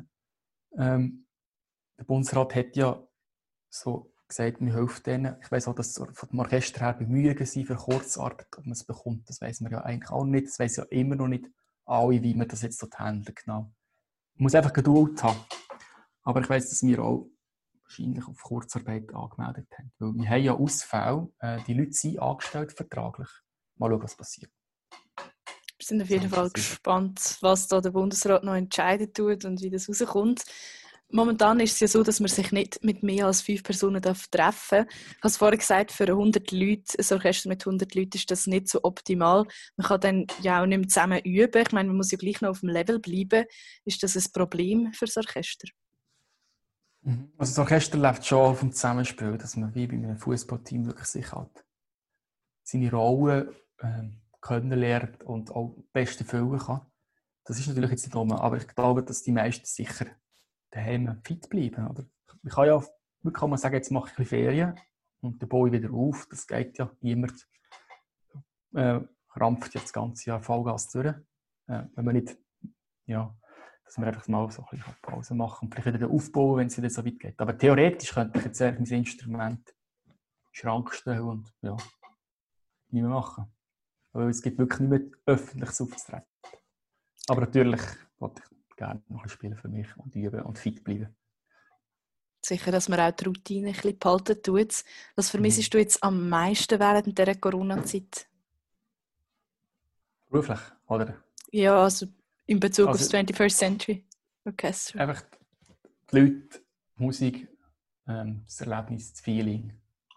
Der Bundesrat hat ja so gesagt, wir helfen denen. Ich weiss auch, dass von dem Orchester her Bemühungen sind für Kurzarbeit, ob man es bekommt. Das weiss man ja eigentlich auch nicht. Das weiss ja immer noch nicht alle, wie man das jetzt handeln genau. Man muss einfach Geduld haben. Aber ich weiss, dass wir auch wahrscheinlich auf Kurzarbeit angemeldet haben. Weil wir haben ja Ausfälle. Die Leute sind angestellt vertraglich. Mal schauen, was passiert. Wir sind auf jeden Fall gespannt, was da der Bundesrat noch entscheiden tut und wie das rauskommt. Momentan ist es ja so, dass man sich nicht mit mehr als 5 Personen treffen darf. Ich habe es vorhin gesagt, für 100 Leute, ein Orchester mit 100 Leuten ist das nicht so optimal. Man kann dann ja auch nicht mehr zusammen üben. Ich meine, man muss ja gleich noch auf dem Level bleiben. Ist das ein Problem für das Orchester? Also das Orchester lebt schon auf dem Zusammenspiel, dass man wie bei einem Fußballteam wirklich sich halt seine Rollen kennenlernt und auch das Beste füllen kann. Das ist natürlich jetzt nicht dumm, aber ich glaube, dass die meisten sicher daheim fit bleiben. Oder? Ich kann ja wirklich mal sagen, jetzt mache ich ein bisschen Ferien und dann baue ich wieder auf. Das geht ja niemand. Krampft jetzt das ganze Jahr Vollgas durch. Wenn man nicht, ja, dass wir einfach mal so ein bisschen Pause machen und vielleicht wieder aufbauen, wenn es wieder so weit geht. Aber theoretisch könnte ich jetzt mein Instrument in den Schrank stellen und ja, nicht mehr machen. Weil es gibt wirklich nicht mehr öffentliches Auftreten. Aber natürlich wollte ich gerne noch ein bisschen spielen für mich und üben und fit bleiben. Sicher, dass man auch die Routine ein bisschen behalten tut. Was vermissest du jetzt am meisten während dieser Corona-Zeit? Beruflich, oder? Ja, also in Bezug auf das 21st Century Orchestra. Einfach die Leute, die Musik, das Erlebnis, das Feeling.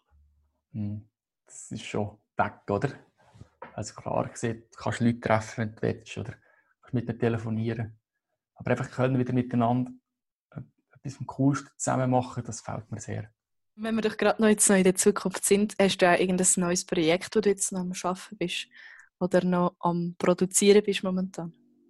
Das ist schon weg, oder? Also klar gesehen, du kannst Leute treffen, wenn du willst, oder kannst mit ihnen telefonieren. Aber einfach können wieder miteinander etwas vom Coolsten zusammen machen, das fehlt mir sehr. Wenn wir doch gerade noch jetzt noch in der Zukunft sind, hast du auch irgendein neues Projekt, das du jetzt noch am Arbeiten bist oder noch am Produzieren bist momentan?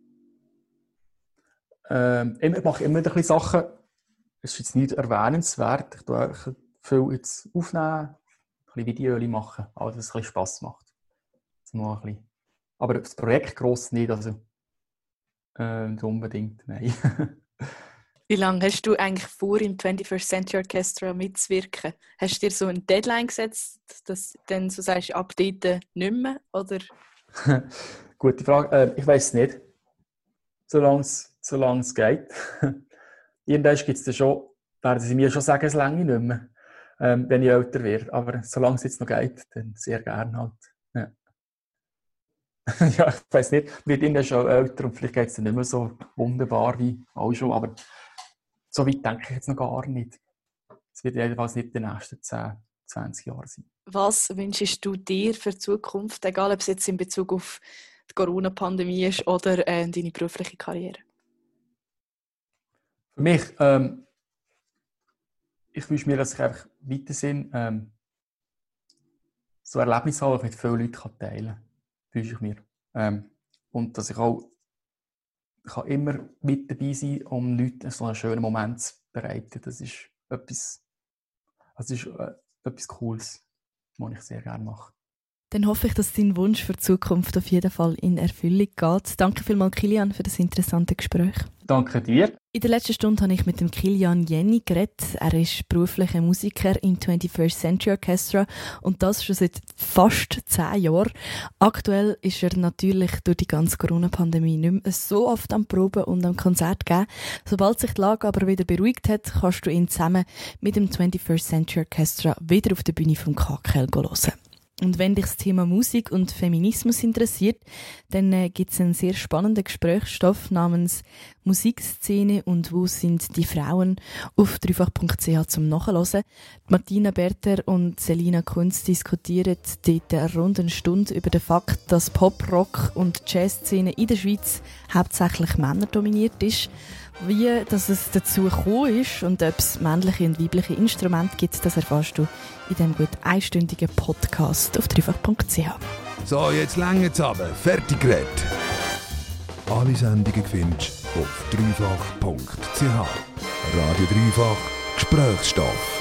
Ich mache immer wieder Sachen. Es ist jetzt nicht erwähnenswert. Ich tue viel jetzt aufnehmen, ein bisschen Videos machen, alles, was ein bisschen Spass macht. Das noch ein bisschen. Aber das Projekt gross nicht, also nicht unbedingt, nein. Wie lange hast du eigentlich vor, im 21st Century Orchestra mitzuwirken? Hast du dir so eine Deadline gesetzt, dass du dann so sagst, ab dort nicht mehr? Oder? Gute Frage. Ich weiss es nicht. Solange es geht. Irgendwann gibt es dann schon, werden sie mir schon sagen, es reicht nicht mehr, wenn ich älter werde. Aber solange es jetzt noch geht, dann sehr gerne halt. Ja, ja, ich weiss nicht. Ich werde irgendwann schon älter und vielleicht geht es dann nicht mehr so wunderbar wie auch schon. Aber so weit denke ich jetzt noch gar nicht. Es wird jedenfalls nicht in den nächsten 10, 20 Jahren sein. Was wünschst du dir für die Zukunft, egal ob es jetzt in Bezug auf die Corona-Pandemie ist oder deine berufliche Karriere? Für mich, ich wünsche mir, dass ich einfach weiterhin so Erlebnisse habe, die ich mit vielen Leuten teilen kann. Wünsche ich mir. Und dass ich auch immer mit dabei sein kann, um Leuten so einen schönen Moment zu bereiten. Das ist etwas Cooles, was ich sehr gerne mache. Dann hoffe ich, dass dein Wunsch für die Zukunft auf jeden Fall in Erfüllung geht. Danke vielmals, Kilian, für das interessante Gespräch. Danke dir. In der letzten Stunde habe ich mit dem Kilian Jenny geredet. Er ist beruflicher Musiker im 21st Century Orchestra und das schon seit fast 10 Jahren. Aktuell ist er natürlich durch die ganze Corona-Pandemie nicht mehr so oft am Proben und am Konzert geben. Sobald sich die Lage aber wieder beruhigt hat, kannst du ihn zusammen mit dem 21st Century Orchestra wieder auf der Bühne vom KKL hören. Und wenn dich das Thema Musik und Feminismus interessiert, dann gibt es einen sehr spannenden Gesprächsstoff namens Musikszene und wo sind die Frauen auf dreifach.ch zum Nachhören. Martina Berter und Selina Kunz diskutieren dort eine runde Stunde über den Fakt, dass Pop, Rock und Jazzszene in der Schweiz hauptsächlich männerdominiert ist. Wie dass es dazu gekommen ist und ob es männliche und weibliche Instrumente gibt, das erfährst du in diesem gut einstündigen Podcast auf dreifach.ch. So, jetzt längt's aber. Fertig geredet. Alle Sendungen findest du auf dreifach.ch. Radio Dreifach Gesprächsstoff.